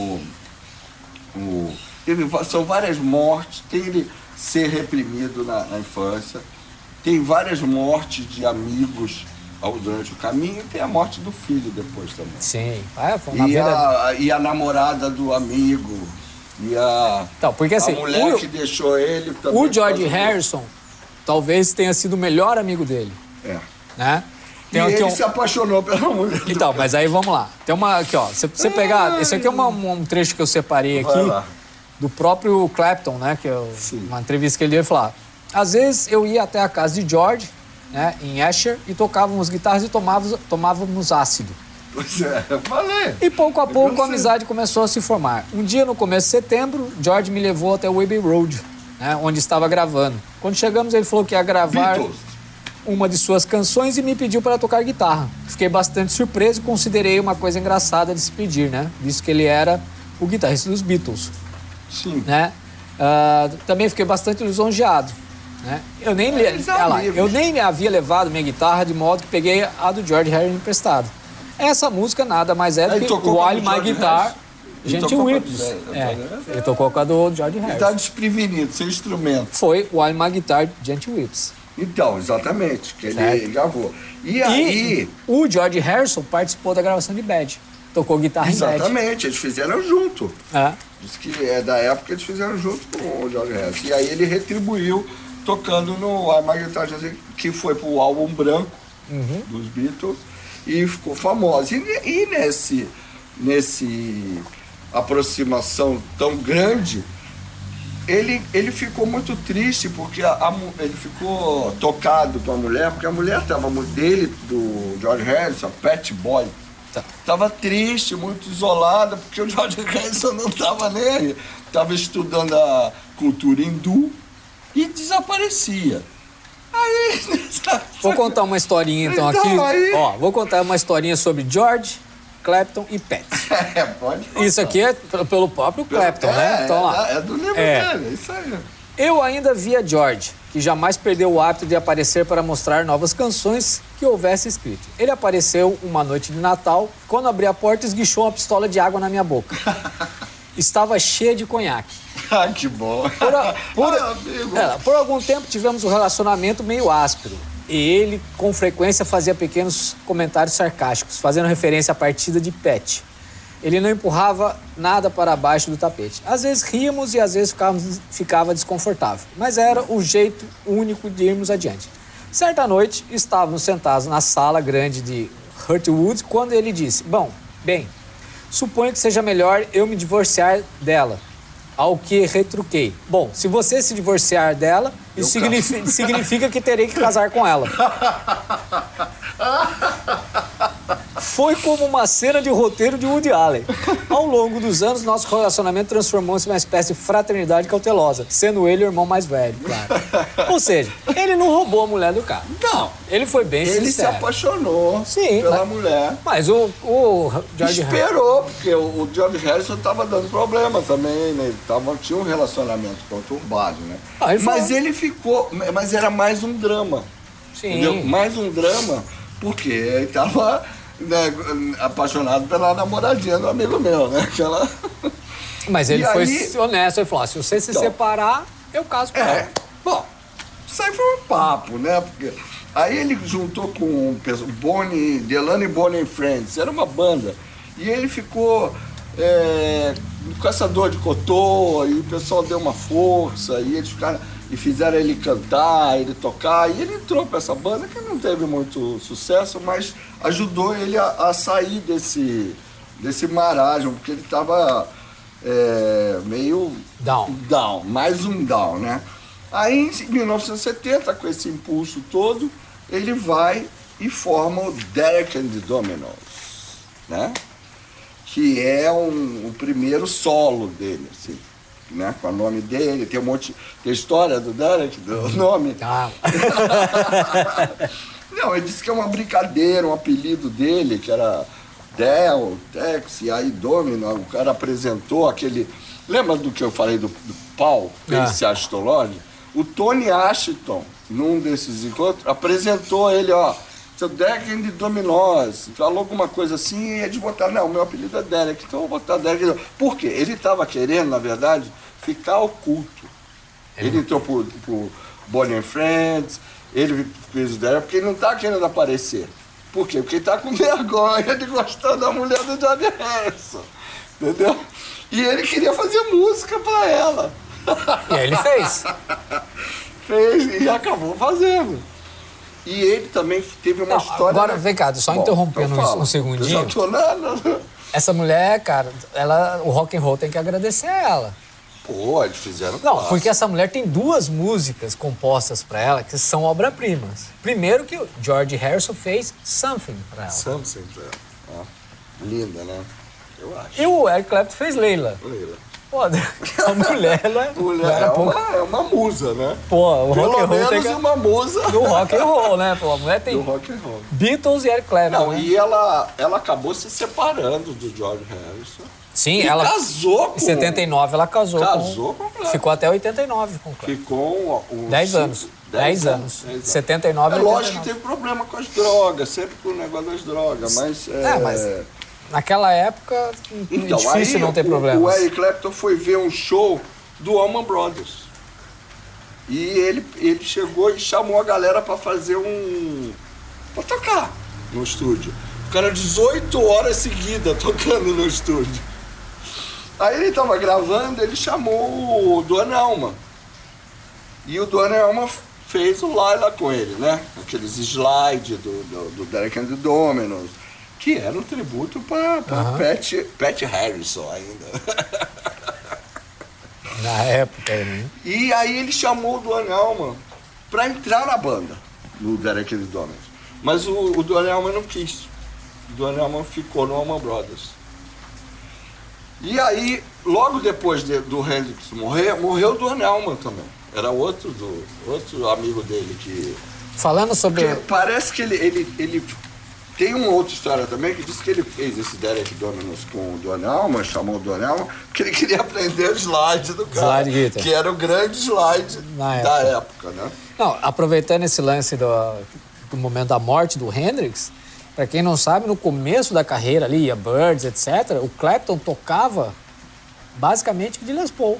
são várias mortes. Tem ele ser reprimido na infância. Tem várias mortes de amigos durante o caminho, e tem a morte do filho depois também.
Sim.
E a namorada do amigo,
então, porque, assim,
a mulher que deixou ele também.
O George Harrison talvez tenha sido o melhor amigo dele. Né?
Ele se apaixonou pela mulher.
Então, mas aí vamos lá. Tem uma aqui, ó. Se você pegar... Esse aqui é um trecho que eu separei aqui do próprio Clapton, né? Que é uma entrevista que ele deu e falar. Às vezes eu ia até a casa de George, né, em Esher, e tocávamos guitarras e tomávamos ácido.
Pois é, eu falei.
E pouco a pouco a amizade começou a se formar. Um dia, no começo de setembro, George me levou até o Abbey Road, né, onde estava gravando. Quando chegamos, ele falou que ia gravar uma de suas canções e me pediu para tocar guitarra. Fiquei bastante surpreso e considerei uma coisa engraçada de se pedir, né? Visto que ele era o guitarrista dos Beatles.
Sim.
Né? Também fiquei bastante lisonjeado. Né? Eu nem havia levado minha guitarra, de modo que peguei a do George Harrison emprestado. Essa música nada mais é do que While My Guitar, Gentle Whips. Ele tocou com a do George Harrison.
Ele está desprevenido, sem instrumento.
Foi While My Guitar, Gentle Whips.
Então, exatamente, que ele gravou. E aí...
o George Harrison participou da gravação de Bad. Tocou guitarra em Bad.
Exatamente, eles fizeram junto. Diz que é da época que eles fizeram junto com o George Harrison. E aí ele retribuiu tocando no I My Guitar, que foi pro álbum branco dos Beatles e ficou famoso. E nesse aproximação tão grande, ele ficou muito triste porque ele ficou tocado com a mulher, porque a mulher dele, do George Harrison, Pattie Boyd, estava triste, muito isolada, porque o George Harrison não estava nem, estava estudando a cultura hindu e desaparecia. Aí,
vou contar uma historinha então aqui. Vou contar uma historinha sobre George, Clapton e Pat.
Pode contar.
Isso aqui é pelo próprio Clapton, né? Então,
é do livro dele, é isso aí.
Eu ainda via George, que jamais perdeu o hábito de aparecer para mostrar novas canções que houvesse escrito. Ele apareceu uma noite de Natal, quando abri a porta, esguichou uma pistola de água na minha boca. Estava cheia de conhaque.
Que bom.
Por algum tempo tivemos um relacionamento meio áspero. E ele, com frequência, fazia pequenos comentários sarcásticos, fazendo referência à partida de Pat. Ele não empurrava nada para baixo do tapete. Às vezes ríamos e às vezes ficava desconfortável. Mas era o jeito único de irmos adiante. Certa noite, estávamos sentados na sala grande de Hurtwood, quando ele disse, bem, suponho que seja melhor eu me divorciar dela. Ao que retruquei. Bom, se você se divorciar dela, isso significa que terei que casar com ela. Foi como uma cena de roteiro de Woody Allen. Ao longo dos anos, nosso relacionamento transformou-se em uma espécie de fraternidade cautelosa, sendo ele o irmão mais velho, claro. Ou seja, ele não roubou a mulher do cara.
Não.
Ele foi bem sincero.
Ele se apaixonou pela mulher.
Mas o George
esperou, porque o George Harrison estava dando problema também, né? Tinha um relacionamento conturbado, né? Ele ficou... Mas era mais um drama.
Sim.
Entendeu? Mais um drama, porque ele estava... Né, apaixonado pela namoradinha do amigo meu, né?
Mas ele foi honesto, ele falou, se você se separar, eu caso com ela.
Bom, isso aí foi um papo, né? Porque aí ele juntou com o Delaney Bonnie and Friends, era uma banda, e ele ficou caçador de cotô, e o pessoal deu uma força, e eles ficaram... E fizeram ele cantar, ele tocar, e ele entrou para essa banda que não teve muito sucesso, mas ajudou ele a sair desse marasmo, porque ele estava meio down, mais um down, né? Aí em 1970, com esse impulso todo, ele vai e forma o Derek and the Dominos, né? Que é o primeiro solo dele, assim. Né, com o nome dele, tem tem história do Derek, do nome. Não, ele disse que é uma brincadeira, um apelido dele, que era Del, Tex, e aí Domino, o cara apresentou aquele... Lembra do que eu falei do Paul, esse Astolone? O Tony Ashton, num desses encontros, apresentou ele, ó, seu Derek de Dominós, falou alguma coisa assim, e eles botaram, não, meu apelido é Derek, então eu vou botar Derek. Por quê? Ele estava querendo, na verdade, ficar oculto. Ele entrou pro Bonnie and Friends, ele fez o Derek, porque ele não tá querendo aparecer. Por quê? Porque ele tá com vergonha de gostar da mulher do George Harrison, entendeu? E ele queria fazer música pra ela.
E aí ele fez.
Fez e acabou fazendo. E ele também teve uma história...
Agora, vem cá, só interrompendo um segundinho.
Eu já tô nada.
Essa mulher, cara, o rock and roll tem que agradecer a ela.
Pô, eles fizeram...
Não, porque essa mulher tem 2 músicas compostas pra ela que são obra-primas. Primeiro que o George Harrison fez Something pra ela.
Something pra ela. Linda, né? Eu acho.
E o Eric Clapton fez Leila. Pô, a mulher, ela
é uma musa, né?
Pô, o rock and roll tem
uma musa
do rock and roll, né? Pô, a mulher tem
do rock and roll.
Beatles e Eric Clapton.
Não,
né?
e ela acabou se separando do George Harrison.
Sim,
e
ela
casou com...
Em 79 ela casou
com o Clapton.
Ficou até 89 com o Clapton.
Ficou
10 anos. 10 anos. 79
é
e 89.
Lógico que teve problema com as drogas, sempre com o negócio das drogas, mas...
mas naquela época
então,
é difícil
aí,
não ter problemas.
O Eric Clapton foi ver um show do Allman Brothers. E ele chegou e chamou a galera pra fazer pra tocar no estúdio. Ficaram 18 horas seguidas tocando no estúdio. Aí ele tava gravando, ele chamou o Duane Allman. E o Duane Allman fez o Laila com ele, né? Aqueles slides do Derek and the Dominos, que era um tributo para Pat Harrison ainda.
Na época, né?
E aí ele chamou o Duane Allman para entrar na banda, no Derek and the Dominos. Mas o Duane Allman não quis. O Duane Allman ficou no Allman Brothers. E aí, logo depois do Hendrix morreu o Duane Allman também. Era outro amigo dele que...
Falando sobre...
Porque parece que ele tem uma outra história também que diz que ele fez esse Derek Dominos com o Duane Allman, chamou o Duane Allman, porque ele queria aprender o slide do cara.
Slide guitar.
Que era o grande slide da época, né?
Não, aproveitando esse lance do momento da morte do Hendrix, para quem não sabe, no começo da carreira ali, a Birds, etc., o Clapton tocava basicamente de Les Paul.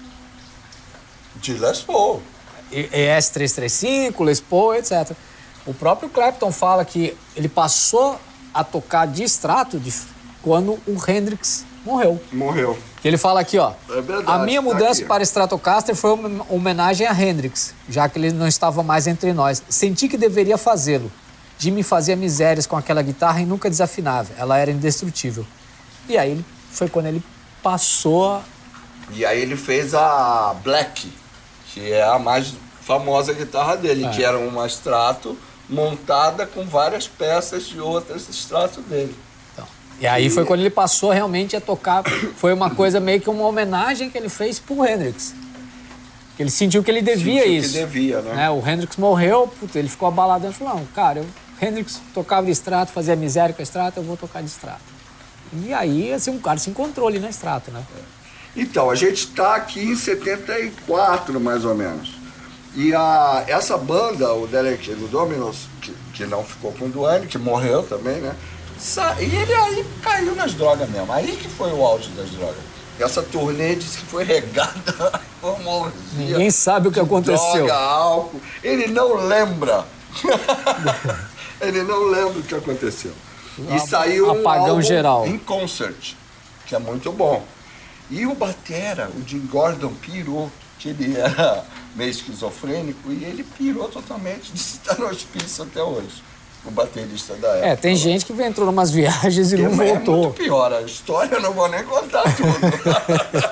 De Les Paul.
ES-335, Les Paul, etc. O próprio Clapton fala que ele passou a tocar de extrato quando o Hendrix morreu. Que ele fala aqui, ó.
É verdade,
a minha mudança
aqui
para Stratocaster foi uma homenagem a Hendrix, já que ele não estava mais entre nós. Senti que deveria fazê-lo. Jimmy fazia misérias com aquela guitarra e nunca desafinava. Ela era indestrutível. E aí foi quando ele passou...
E aí ele fez a Black, que é a mais famosa guitarra dele, que era uma Strato montada com várias peças de outras Strato dele.
Então, e aí foi quando ele passou realmente a tocar. Foi uma coisa meio que uma homenagem que ele fez pro Hendrix. Que ele sentiu que ele devia isso.
Que devia, né?
O Hendrix morreu, ele ficou abalado e falou, não, cara, o Hendrix tocava de Strato, fazia miséria com a Strato, eu vou tocar de Strato. E aí, assim, um cara se encontrou ali na Strato, né?
Então, a gente está aqui em 74, mais ou menos. E essa banda, o Derek and the Dominos, que não ficou com o Duane, que morreu também, né? E ele aí caiu nas drogas mesmo. Aí que foi o auge das drogas. Essa turnê disse que foi regada por morgia.
Ninguém sabe o que aconteceu.
Droga, álcool. Ele não lembra. Ele não lembra o que aconteceu. E saiu um
apagão
álbum
geral
em concert, que é muito bom. E o batera, o Jim Gordon, pirou, que ele era meio esquizofrênico, e ele pirou totalmente, disse que está no hospício até hoje, o baterista da época.
Tem gente que entrou em umas viagens e não voltou.
É muito pior, a história eu não vou nem contar tudo.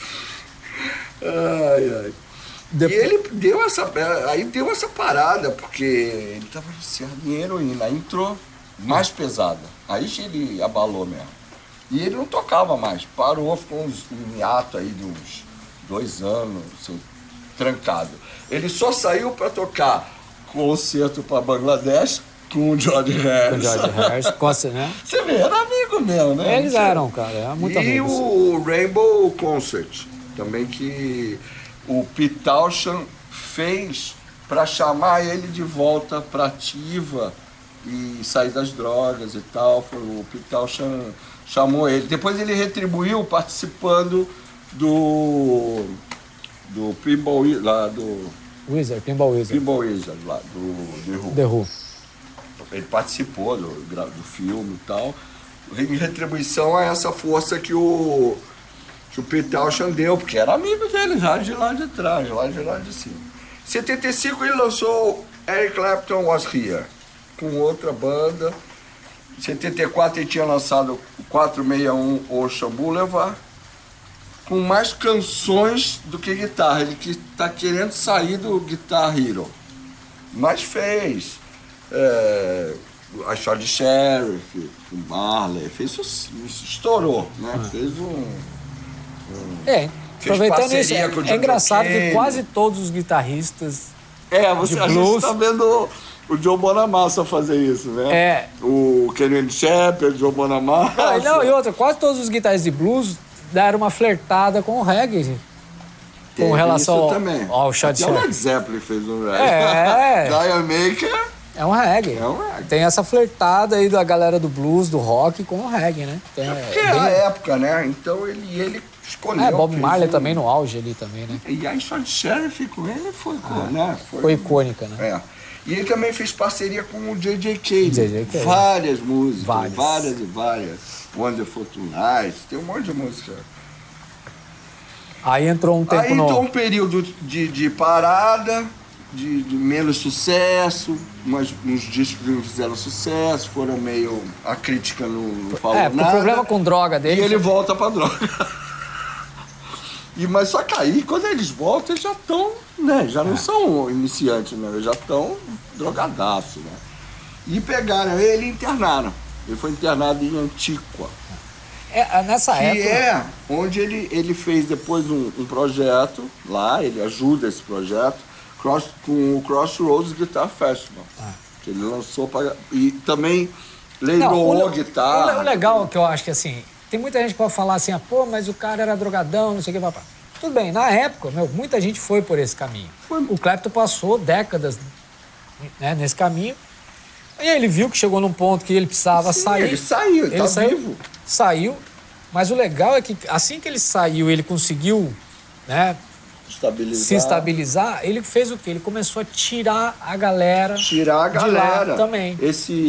Ai. E ele deu essa parada, porque ele estava viciado em heroína, aí entrou mais pesada, aí que ele abalou mesmo. E ele não tocava mais, parou, ficou um hiato aí de uns 2 anos, assim, trancado. Ele só saiu para tocar concerto para Bangladesh Com o George Harrison.
Com o George Harrison. Gosta, né?
Você vê, era amigo meu, né?
Eles eram, cara, eram muito amigos.
E o Rainbow Concert, também que o Pete Townshend fez para chamar ele de volta para ativa e sair das drogas e tal. O Pete Townshend chamou ele. Depois ele retribuiu participando do Pinball lá do
Pinball Wizard.
Pinball Wizard lá do
The Who.
Ele participou do filme e tal, em retribuição a essa força que o Pete Townshend deu, porque era amigo dele já de lá de trás, lá de cima. Em 75 ele lançou Eric Clapton Was Here, com outra banda. Em 74 ele tinha lançado o 461 Ocean Boulevard, com mais canções do que guitarra. Ele que está querendo sair do Guitar Hero, mas fez a Short Sheriff, o Marley, fez isso, estourou, né? Fez
aproveitando isso,
com o
é engraçado
John
que quase todos os guitarristas
a gente tá vendo o Joe Bonamassa fazer isso, né? O Kenny Shepard, o Joe Bonamassa.
Não, e outra, quase todos os guitarristas de blues deram uma flertada com o reggae. Com relação ao Short Sheriff.
O Led Zeppelin fez um reggae. Diane Maker
é um reggae. Tem essa flertada aí da galera do blues, do rock com o reggae, né?
Porque é a época, né? Então ele escolheu.
Bob Marley também no auge ali também, né?
E a Short Sheriff com ele
foi icônica, né?
E ele também fez parceria com o J.J. Cale. Várias músicas, várias. Wonderful Tonight, tem um monte de música.
Aí entrou um tempo
Aí entrou um período de parada, de menos sucesso, mas uns discos que não fizeram sucesso, foram meio... A crítica não falou nada.
O problema com droga dele...
E ele volta pra droga. Mas só que aí, quando eles voltam, eles já estão, né? Já não são iniciantes, né? Eles já estão drogadaços, né? E pegaram ele e internaram. Ele foi internado em Antíqua.
Nessa época...
Que é onde ele fez depois um projeto lá, ele ajuda esse projeto, com o Crossroads Guitar Festival. Que ele lançou e também leiloou guitarra.
O legal que eu acho que assim, tem muita gente que pode falar assim, mas o cara era drogadão, não sei o que, papá. Tudo bem, na época, muita gente foi por esse caminho. O Clapton passou décadas, né, nesse caminho. E aí ele viu que chegou num ponto que ele precisava sair.
Ele saiu, ele tá vivo.
Saiu, mas o legal é que assim que ele saiu, ele conseguiu, né, se estabilizar, ele fez o quê? Ele começou a tirar a galera de lá também.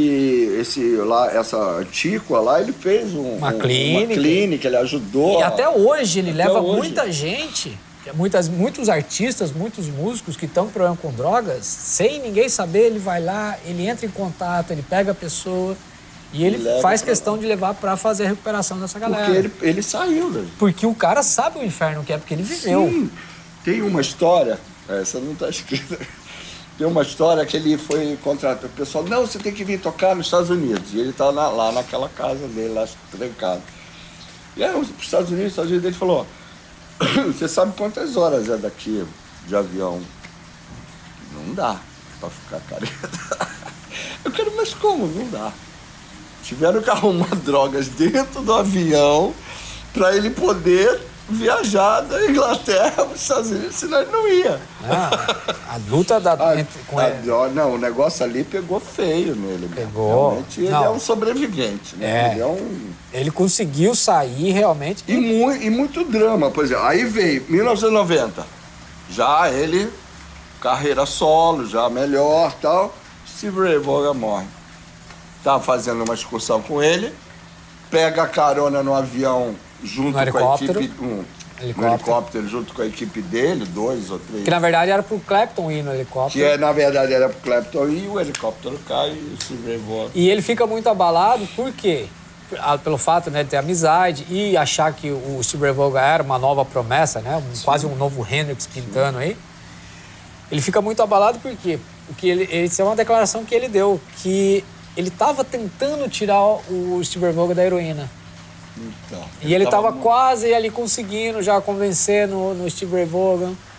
Essa Antíqua lá, ele fez uma clínica, ele ajudou.
E até hoje ele leva muita gente, muitos artistas, muitos músicos que estão com problema com drogas, sem ninguém saber, ele vai lá, ele entra em contato, ele pega a pessoa e ele faz questão de levar para fazer a recuperação dessa galera.
Porque ele saiu, né?
Porque o cara sabe o inferno que é, porque ele viveu.
Sim. Tem uma história, essa não está escrita, tem uma história que ele foi contratado. O pessoal, não, você tem que vir tocar nos Estados Unidos. E ele está lá naquela casa dele, lá trancado. E aí, os Estados Unidos, ele falou, você sabe quantas horas é daqui de avião? Não dá para ficar careta. Eu quero, mas como? Não dá. Tiveram que arrumar drogas dentro do avião para ele poder viajar da Inglaterra para os Estados Unidos, senão ele não ia.
A luta
Não, o negócio ali pegou feio nele.
Pegou.
Realmente ele é um sobrevivente, né?
Ele conseguiu sair realmente.
E muito drama, por exemplo. Aí veio 1990. Já ele, carreira solo, já melhor e tal. Steve Ray Vaughan morre. Tava fazendo uma excursão com ele, pega a carona no avião junto com a equipe, no helicóptero junto com a equipe dele, 2 ou 3.
Que na verdade era pro Clapton ir no helicóptero.
Na verdade era pro Clapton ir, o helicóptero cai e o Steve Ray Vaughan.
E ele fica muito abalado, por quê? Pelo fato, né, de ter amizade e achar que o Steve Ray Vaughan era uma nova promessa, né? Quase um novo Hendrix pintando aí. Ele fica muito abalado por quê? Porque isso é uma declaração que ele deu, que ele estava tentando tirar o Steve Ray Vaughan da heroína.
Então,
e ele estava quase ali conseguindo já convencer no Steve Ray Vaughan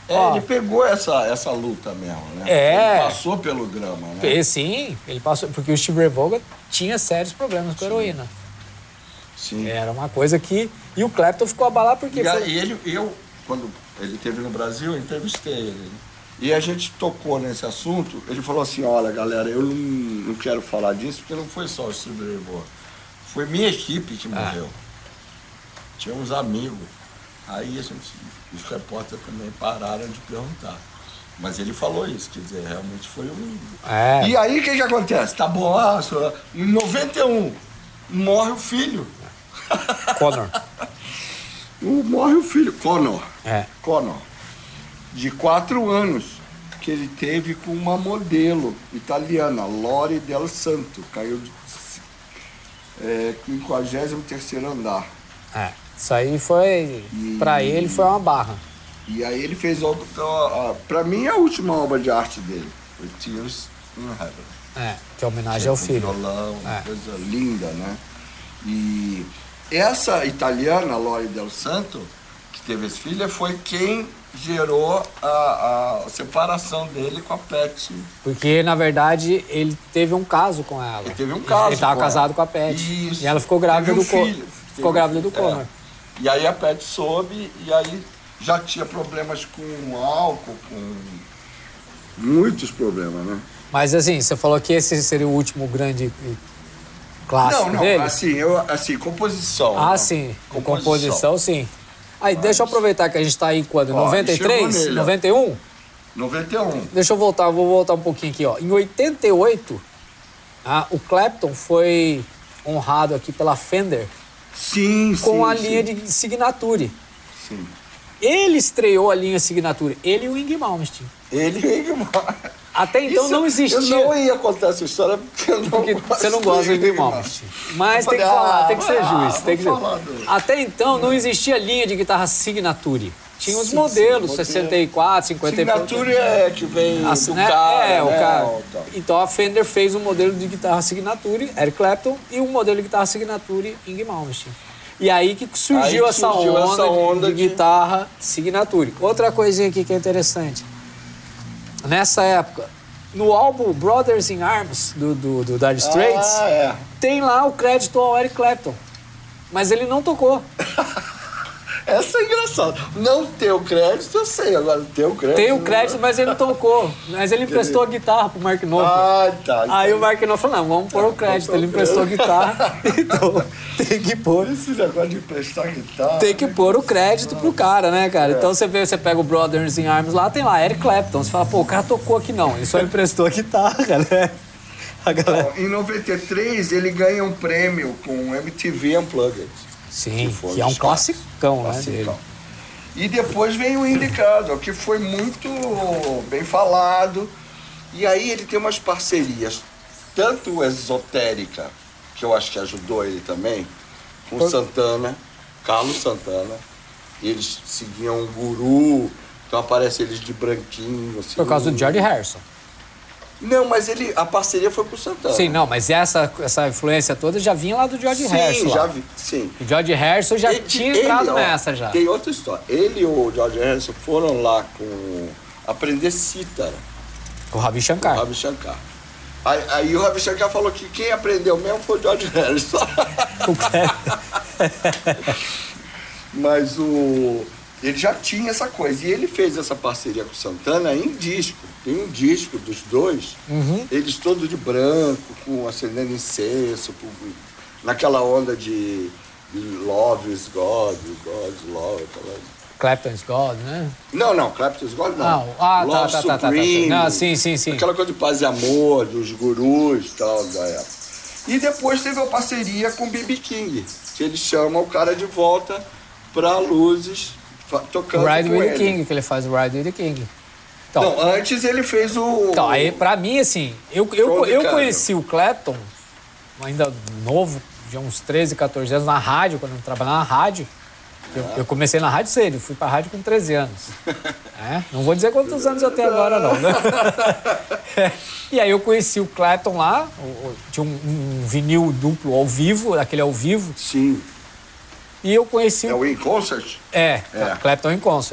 Ele pegou essa luta mesmo, né? Ele passou pelo drama, né?
Sim, ele passou, porque o Steve Ray Vaughan tinha sérios problemas com a heroína.
Sim.
Era uma coisa que... E o Clapton ficou abalado porque...
Quando ele esteve no Brasil, eu entrevistei ele. Né? E a gente tocou nesse assunto, ele falou assim, olha, galera, eu não quero falar disso, porque não foi só o Steve Ray Vaughan. Foi minha equipe que morreu. Tinha uns amigos. Aí os repórteres também pararam de perguntar. Mas ele falou isso, quer dizer, realmente foi um... E aí, o que acontece? Tá bom, em 91, morre o filho.
Connor.
Morre o filho, Connor. Connor. De 4 anos, que ele teve com uma modelo italiana, Lori Del Santo. Caiu de 53º andar.
Isso aí foi... Pra ele foi uma barra.
E aí ele fez, pra mim, a última obra de arte dele. Foi Tears in Heaven.
Que é homenagem ao filho.
Violão, uma coisa linda, né? E essa italiana, Lori Del Santo, que teve esse filho, foi quem gerou a separação dele com a Patti.
Porque, na verdade, ele teve um caso com ela.
Ele teve um caso.
Ele estava casado com a Patti. E ela ficou grávida do Connor. Ficou grávida do Connor.
E aí a Patti soube, e aí já tinha problemas com álcool, com muitos problemas, né?
Mas assim, você falou que esse seria o último grande clássico dele?
Assim, composição.
Sim. Composição, sim. Aí, deixa eu aproveitar que a gente está aí quando? 93? 91?
91.
Deixa eu voltar, vou voltar um pouquinho aqui, ó. Em 88, o Clapton foi honrado aqui pela Fender com a linha de Signature.
Sim.
Ele estreou a linha Signature, ele e o Yngwie Malmsteen. Até então não existia.
Eu não ia contar essa história porque eu não gosto.
Você não gosta do Yngwie Malmsteen. Mas tem que falar, tem que ser justo. Até então não existia linha de guitarra Signature. Tinha os modelos, 64, 50
Signature é que vem do cara,
o cara. Então a Fender fez um modelo de guitarra Signature, Eric Clapton, e um modelo de guitarra Signature, Yngwie Malmsteen. E aí que surgiu essa onda de guitarra Signature. Outra coisinha aqui que é interessante. Nessa época, no álbum Brothers in Arms, do Dire Straits, tem lá o crédito ao Eric Clapton. Mas ele não tocou.
Essa é engraçada. Não ter o crédito, eu sei. Agora, ter o crédito...
Tem o crédito, mas ele não tocou. Mas ele emprestou a guitarra pro Mark Knopfler. Aí o Mark Knopfler falou, não, vamos pôr o crédito. Ele emprestou a guitarra, então tem que pôr...
Esse negócio de emprestar guitarra...
Tem que pôr o crédito pro cara, né, cara? Então você pega o Brothers in Arms lá, tem lá Eric Clapton. Você fala, pô, o cara tocou aqui não. Ele só emprestou a guitarra, né?
Em 93, ele ganha um prêmio com o MTV Unplugged.
Sim, que é um classicão, né? Dele.
E depois vem o Indicado, que foi muito bem falado. E aí ele tem umas parcerias, tanto esotérica, que eu acho que ajudou ele também, com Santana, Carlos Santana. Eles seguiam um guru, então aparece eles de branquinho. Assim,
por causa do George Harrison.
Não, mas a parceria foi com o Santana.
Sim, não, mas essa influência toda já vinha lá do George Harrison.
Sim, já vi, sim.
O George Harrison já tinha entrado nessa já.
Tem outra história. Ele e o George Harrison foram lá aprender cítara.
Com o Ravi Shankar.
Aí o Ravi Shankar falou que quem aprendeu mesmo foi o George Harrison. Mas ele já tinha essa coisa. E ele fez essa parceria com o Santana em disco. Tem um disco dos dois, eles todos de branco, acendendo incenso, naquela onda de Love is God, God is Love.
Clapton's God, né?
Não, Clapton's God não.
Love Supreme. Não, sim.
Aquela coisa de paz e amor, dos gurus e tal, da época. E depois teve a parceria com o B.B. King, que eles chamam o cara de volta pra Luzes, tocando
Ride
com
with
ele.
the King, que ele faz o Ride with the King.
Então, não, antes ele fez o...
Então, aí pra mim, assim, eu conheci o Clapton, ainda novo, de uns 13, 14 anos, na rádio, quando eu trabalhava na rádio. Eu comecei na rádio cedo, fui pra rádio com 13 anos. Não vou dizer quantos anos eu tenho agora, não, né? E aí eu conheci o Clapton lá, tinha um vinil duplo ao vivo, aquele ao vivo.
Sim.
E eu conheci...
É o In Concert?
Clapton In Concert.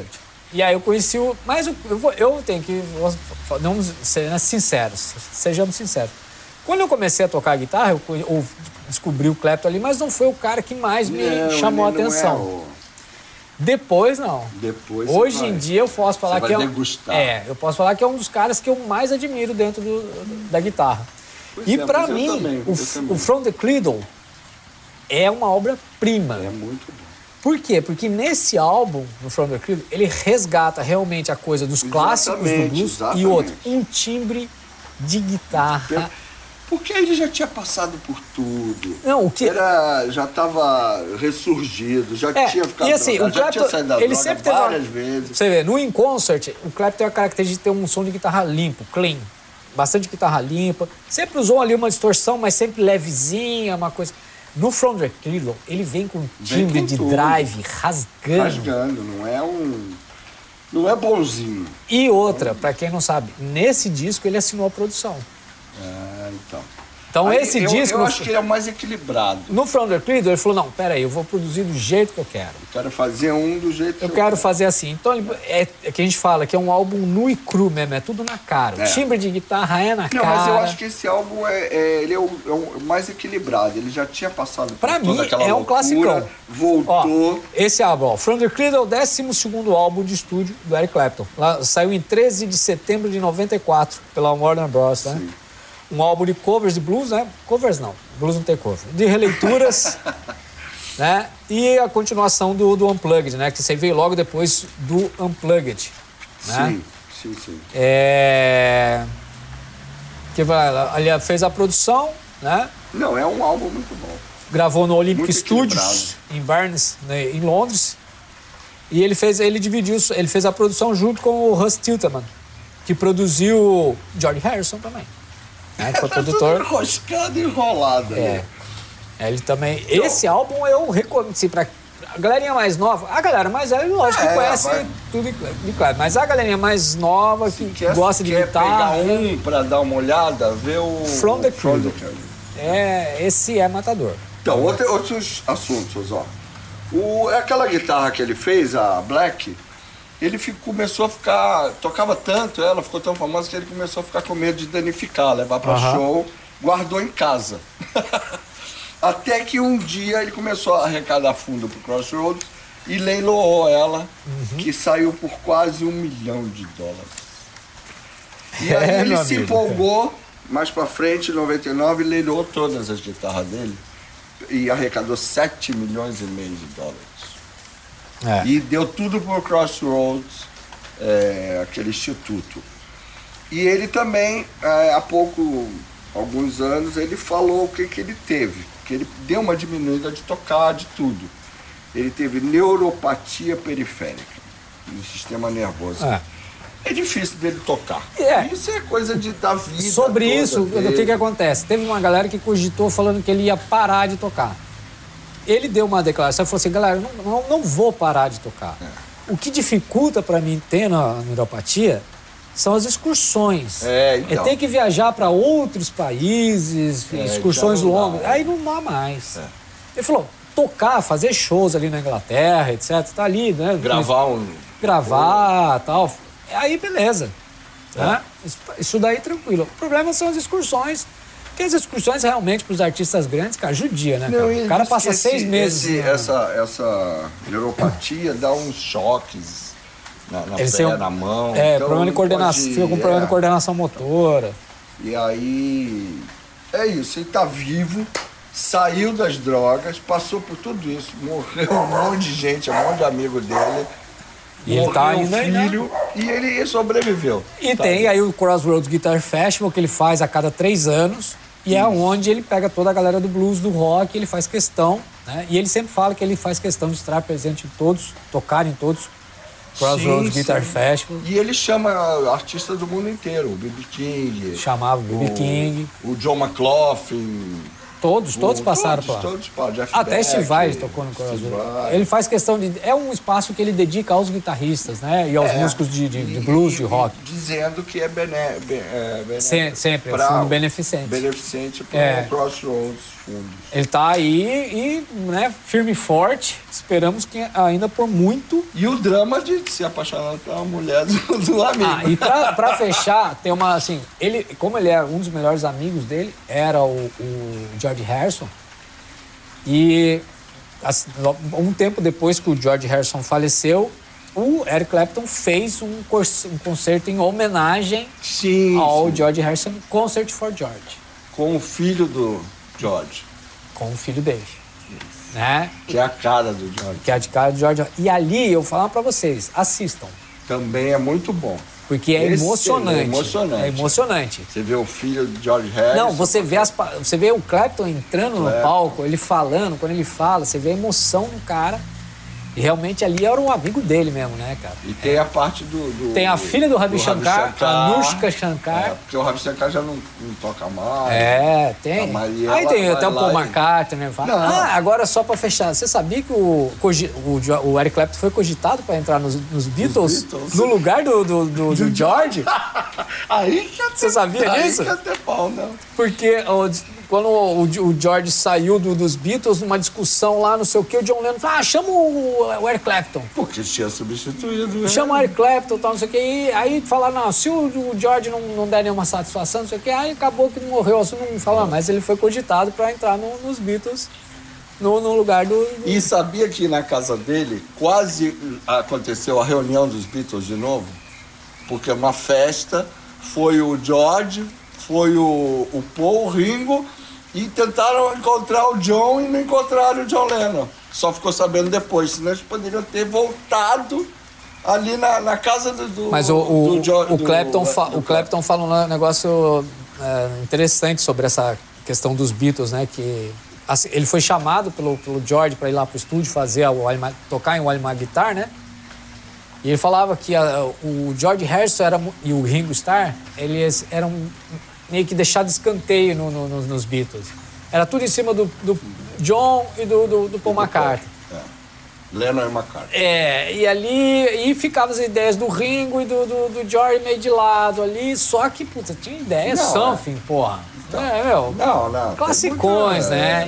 E aí eu conheci o... Mas eu tenho que... Vamos ser sinceros, sejamos sinceros. Quando eu comecei a tocar guitarra, eu descobri o Clapton ali, mas não foi o cara que mais me chamou a atenção. Depois, não. Hoje em dia eu posso falar que eu posso falar que é um dos caras que eu mais admiro dentro da guitarra. E pra mim, o From the Cradle é uma obra-prima.
É muito bom.
Por quê? Porque nesse álbum, no From the Cradle, ele resgata realmente a coisa dos clássicos do blues e outro, um timbre de guitarra.
Porque ele já tinha passado por tudo.
Não, o que
já estava ressurgido, já tinha ficado
e assim,
drogado,
o Clapton,
já tinha saído da
ele
droga
sempre teve
várias vezes.
Você vê, no In Concert, o Clapton tem a característica de ter um som de guitarra limpo, clean. Bastante guitarra limpa. Sempre usou ali uma distorção, mas sempre levezinha, uma coisa. No From the Cradle, ele vem com timbre de drive rasgando.
Rasgando, não é bonzinho.
E outra, pra quem não sabe, nesse disco ele assinou a produção.
Então.
Então
aí,
esse disco...
Eu acho que ele é o mais equilibrado.
No From the Cradle, ele falou, não, peraí, eu vou produzir do jeito que eu quero.
Eu quero fazer do jeito que eu
quero fazer assim. Então, é que a gente fala que é um álbum nu e cru mesmo, é tudo na cara. O timbre de guitarra é na cara. Não,
mas eu acho que esse álbum ele é o mais equilibrado. Ele já tinha passado por toda aquela loucura,
um classicão.
Voltou.
Ó, esse álbum, From the Cradle, é o 12º álbum de estúdio do Eric Clapton. Lá, saiu em 13 de setembro de 94, pela Warner Bros., né?
Sim.
Um álbum de covers de blues, né? Covers não, blues não tem cover. De releituras, né? E a continuação do Unplugged, né? Que você veio logo depois do Unplugged, né?
Sim.
Que ali fez a produção, né?
Não, é um álbum muito bom.
Gravou no Olympic Studios, em Barnes, né? Em Londres. E ele fez a produção junto com o Russ Tiltman, que produziu George Harrison também. Que foi produtor.
Tudo enroscado e enrolado.
Ele também. Então, esse álbum eu recomendo. Assim, pra a galerinha mais nova. A galera mais velha, lógico, que conhece tudo de claro. Mas a galerinha mais nova, que gosta de guitarra.
Quer pegar pra dar uma olhada, ver o.
From the Cradle. Esse é matador.
Então, outros assuntos, ó. Aquela guitarra que ele fez, a Black. Ele começou a ficar... Tocava tanto, ela ficou tão famosa que ele começou a ficar com medo de danificar, levar para show, guardou em casa. Até que um dia ele começou a arrecadar fundo pro Crossroads e leiloou ela, que saiu por quase $1 milhão. E aí ele se empolgou, mais para frente, em 99, leiloou todas as guitarras dele e arrecadou $7,5 milhões. E deu tudo pro Crossroads, aquele instituto. E ele também, há alguns anos, ele falou o que ele teve. Que ele deu uma diminuída de tocar, de tudo. Ele teve neuropatia periférica no sistema nervoso. É difícil dele tocar. Isso é coisa da vida.
Sobre isso, o que acontece? Teve uma galera que cogitou falando que ele ia parar de tocar. Ele deu uma declaração e falou assim, galera, não vou parar de tocar. O que dificulta para mim ter na neuropatia são as excursões.
Então.
Tem que viajar para outros países, excursões longas. Aí não dá mais. Ele falou, tocar, fazer shows ali na Inglaterra, etc. Tá ali, né? Gravar, tal. Aí, beleza. Né? Isso daí, tranquilo. O problema são as excursões. Porque as excursões realmente para os artistas grandes, cara, judia, né? Cara? O cara passa 6 meses.
Essa neuropatia dá uns choques na perna, na mão.
Então problema de coordenação, fica com problema de coordenação motora.
E aí, é isso, ele tá vivo, saiu das drogas, passou por tudo isso, morreu um monte de gente, um monte de amigo dele.
E ele tá ainda
filho, e ele sobreviveu.
E tem aí o Crossroads Guitar Festival, que ele faz a cada 3 anos. E é onde ele pega toda a galera do blues, do rock, ele faz questão, né? E ele sempre fala que ele faz questão de estar presente em todos, tocar em todos Crossroads Guitar Festival.
E ele chama artistas do mundo inteiro, o B.B. King.
Chamava o B.B. King.
O John McLaughlin.
Todos passaram por lá.
Todos, Jeff
Até
Beck,
Steve Vai tocou no Crossroads. Ele faz questão de... É um espaço que ele dedica aos guitarristas, né? E aos músicos de blues, de rock.
Dizendo que é
sempre, é fundo beneficente.
Beneficente para o Crossroads Fundos.
Ele tá aí e, né, firme e forte. Esperamos que ainda por muito.
E o drama de se apaixonar pela mulher do amigo.
E pra fechar, tem uma, assim... Como ele é um dos melhores amigos dele, era o George Harrison. E assim, um tempo depois que o George Harrison faleceu, o Eric Clapton fez um concerto em homenagem ao George Harrison, Concert for George.
Com o filho do George.
Com o filho dele. Né?
Que é a cara do George.
Que é a cara do George. E ali, eu vou falar pra vocês, assistam.
Também é muito bom.
Porque é emocionante.
É emocionante. Você vê o filho de George Harrison.
Não, você vê o Clapton entrando no palco, ele falando, quando ele fala, você vê a emoção no cara. E realmente ali era um amigo dele mesmo, né, cara?
E tem a parte do
tem a filha do Ravi Shankar, a Anushka Shankar.
Porque o Ravi Shankar já não toca mais.
Tem. Aí tem até o Paul McCartney, né? Agora só pra fechar. Você sabia que o Eric Clapton foi cogitado pra entrar nos Beatles? No lugar do George?
Aí que
você sabia disso?
Aí que até pau, não.
Porque... Quando o George saiu dos Beatles, numa discussão lá, não sei o que, o John Lennon falou, chama o Eric Clapton.
Porque tinha substituído, né?
Chama o Eric Clapton, tal, não sei o que. E aí falaram, não, se o George não der nenhuma satisfação, não sei o que, aí acabou que não morreu, assim, não fala, mas ele foi cogitado para entrar nos Beatles, no lugar do...
E sabia que na casa dele quase aconteceu a reunião dos Beatles de novo? Porque uma festa, foi o George, foi o Paul, o Ringo, e tentaram encontrar o John e não encontraram o John Lennon. Só ficou sabendo depois, senão eles poderiam ter voltado ali na casa do
Mas o Clapton fala um negócio interessante sobre essa questão dos Beatles, né? Que assim, ele foi chamado pelo George para ir lá pro estúdio tocar em While My Guitar, né? E ele falava que o George Harrison e o Ringo Starr, eles eram meio que deixados de escanteio nos Beatles. Era tudo em cima do John e do Paul McCartney.
Lennon e McCartney.
E ali ficavam as ideias do Ringo e do George meio de lado ali, só que, puta, tinha ideias porra.
Não.
Classicões, né?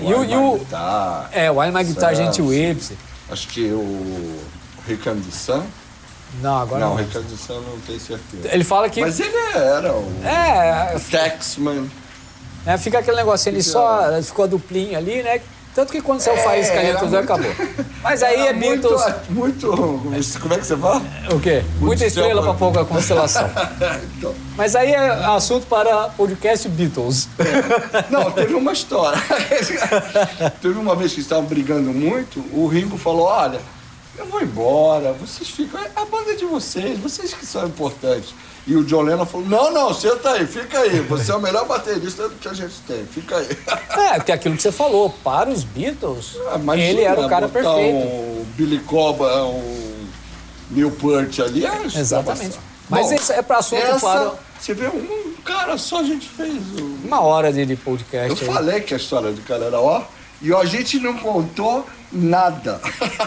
O While My Guitar, Gente Whips.
Acho que o Rick and the Sun.
Não, agora não.
Não, o Rick and the Sun não tenho certeza.
Ele fala que...
Mas ele era o Taxman.
Fica aquele negócio, ele só ficou a duplinha ali, né? Tanto que quando você faz Calhento acabou. Mas aí é Beatles...
Muito... Como é que você fala?
O quê? Muita estrela para pouca constelação.
Então.
Mas aí é assunto para podcast Beatles.
Não, teve uma história. Teve uma vez que estavam brigando muito, o Ringo falou, olha, eu vou embora, vocês ficam... A banda é de vocês que são importantes. E o John Lennon falou, não, senta aí, fica aí. Você é o melhor baterista que a gente tem, fica aí.
Porque aquilo que você falou, para os Beatles, ele era o cara perfeito.
O Billy Cobham, o Neil Peart ali,
exatamente. Mas isso é para assunto para...
Você vê, um cara só a gente fez.
Uma hora de podcast.
Eu falei que a história do cara era e a gente não contou nada.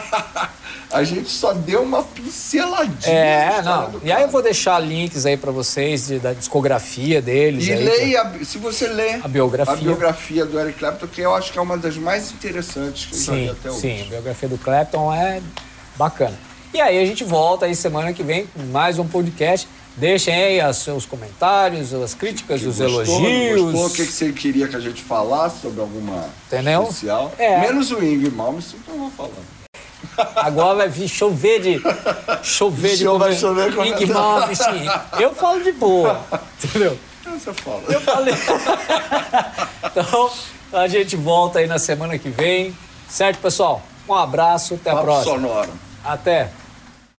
A gente só deu uma pinceladinha.
E aí eu vou deixar links aí pra vocês da discografia deles.
E leia, se você ler
a biografia
do Eric Clapton, que eu acho que é uma das mais interessantes que eu já vi até hoje.
Sim, a biografia do Clapton é bacana. E aí a gente volta aí semana que vem com mais um podcast. Deixem aí os seus comentários, as críticas, os elogios.
O que você queria que a gente falasse sobre alguma especial? Menos o Ingrid Malmsteen, então eu vou falando.
Agora vai vir chover de
vai chover com
Ingrid Malmsteen. Eu falo de boa, entendeu?
Você fala.
Eu falei. Então, a gente volta aí na semana que vem. Certo, pessoal? Um abraço, até a próxima.
Sonora.
Até.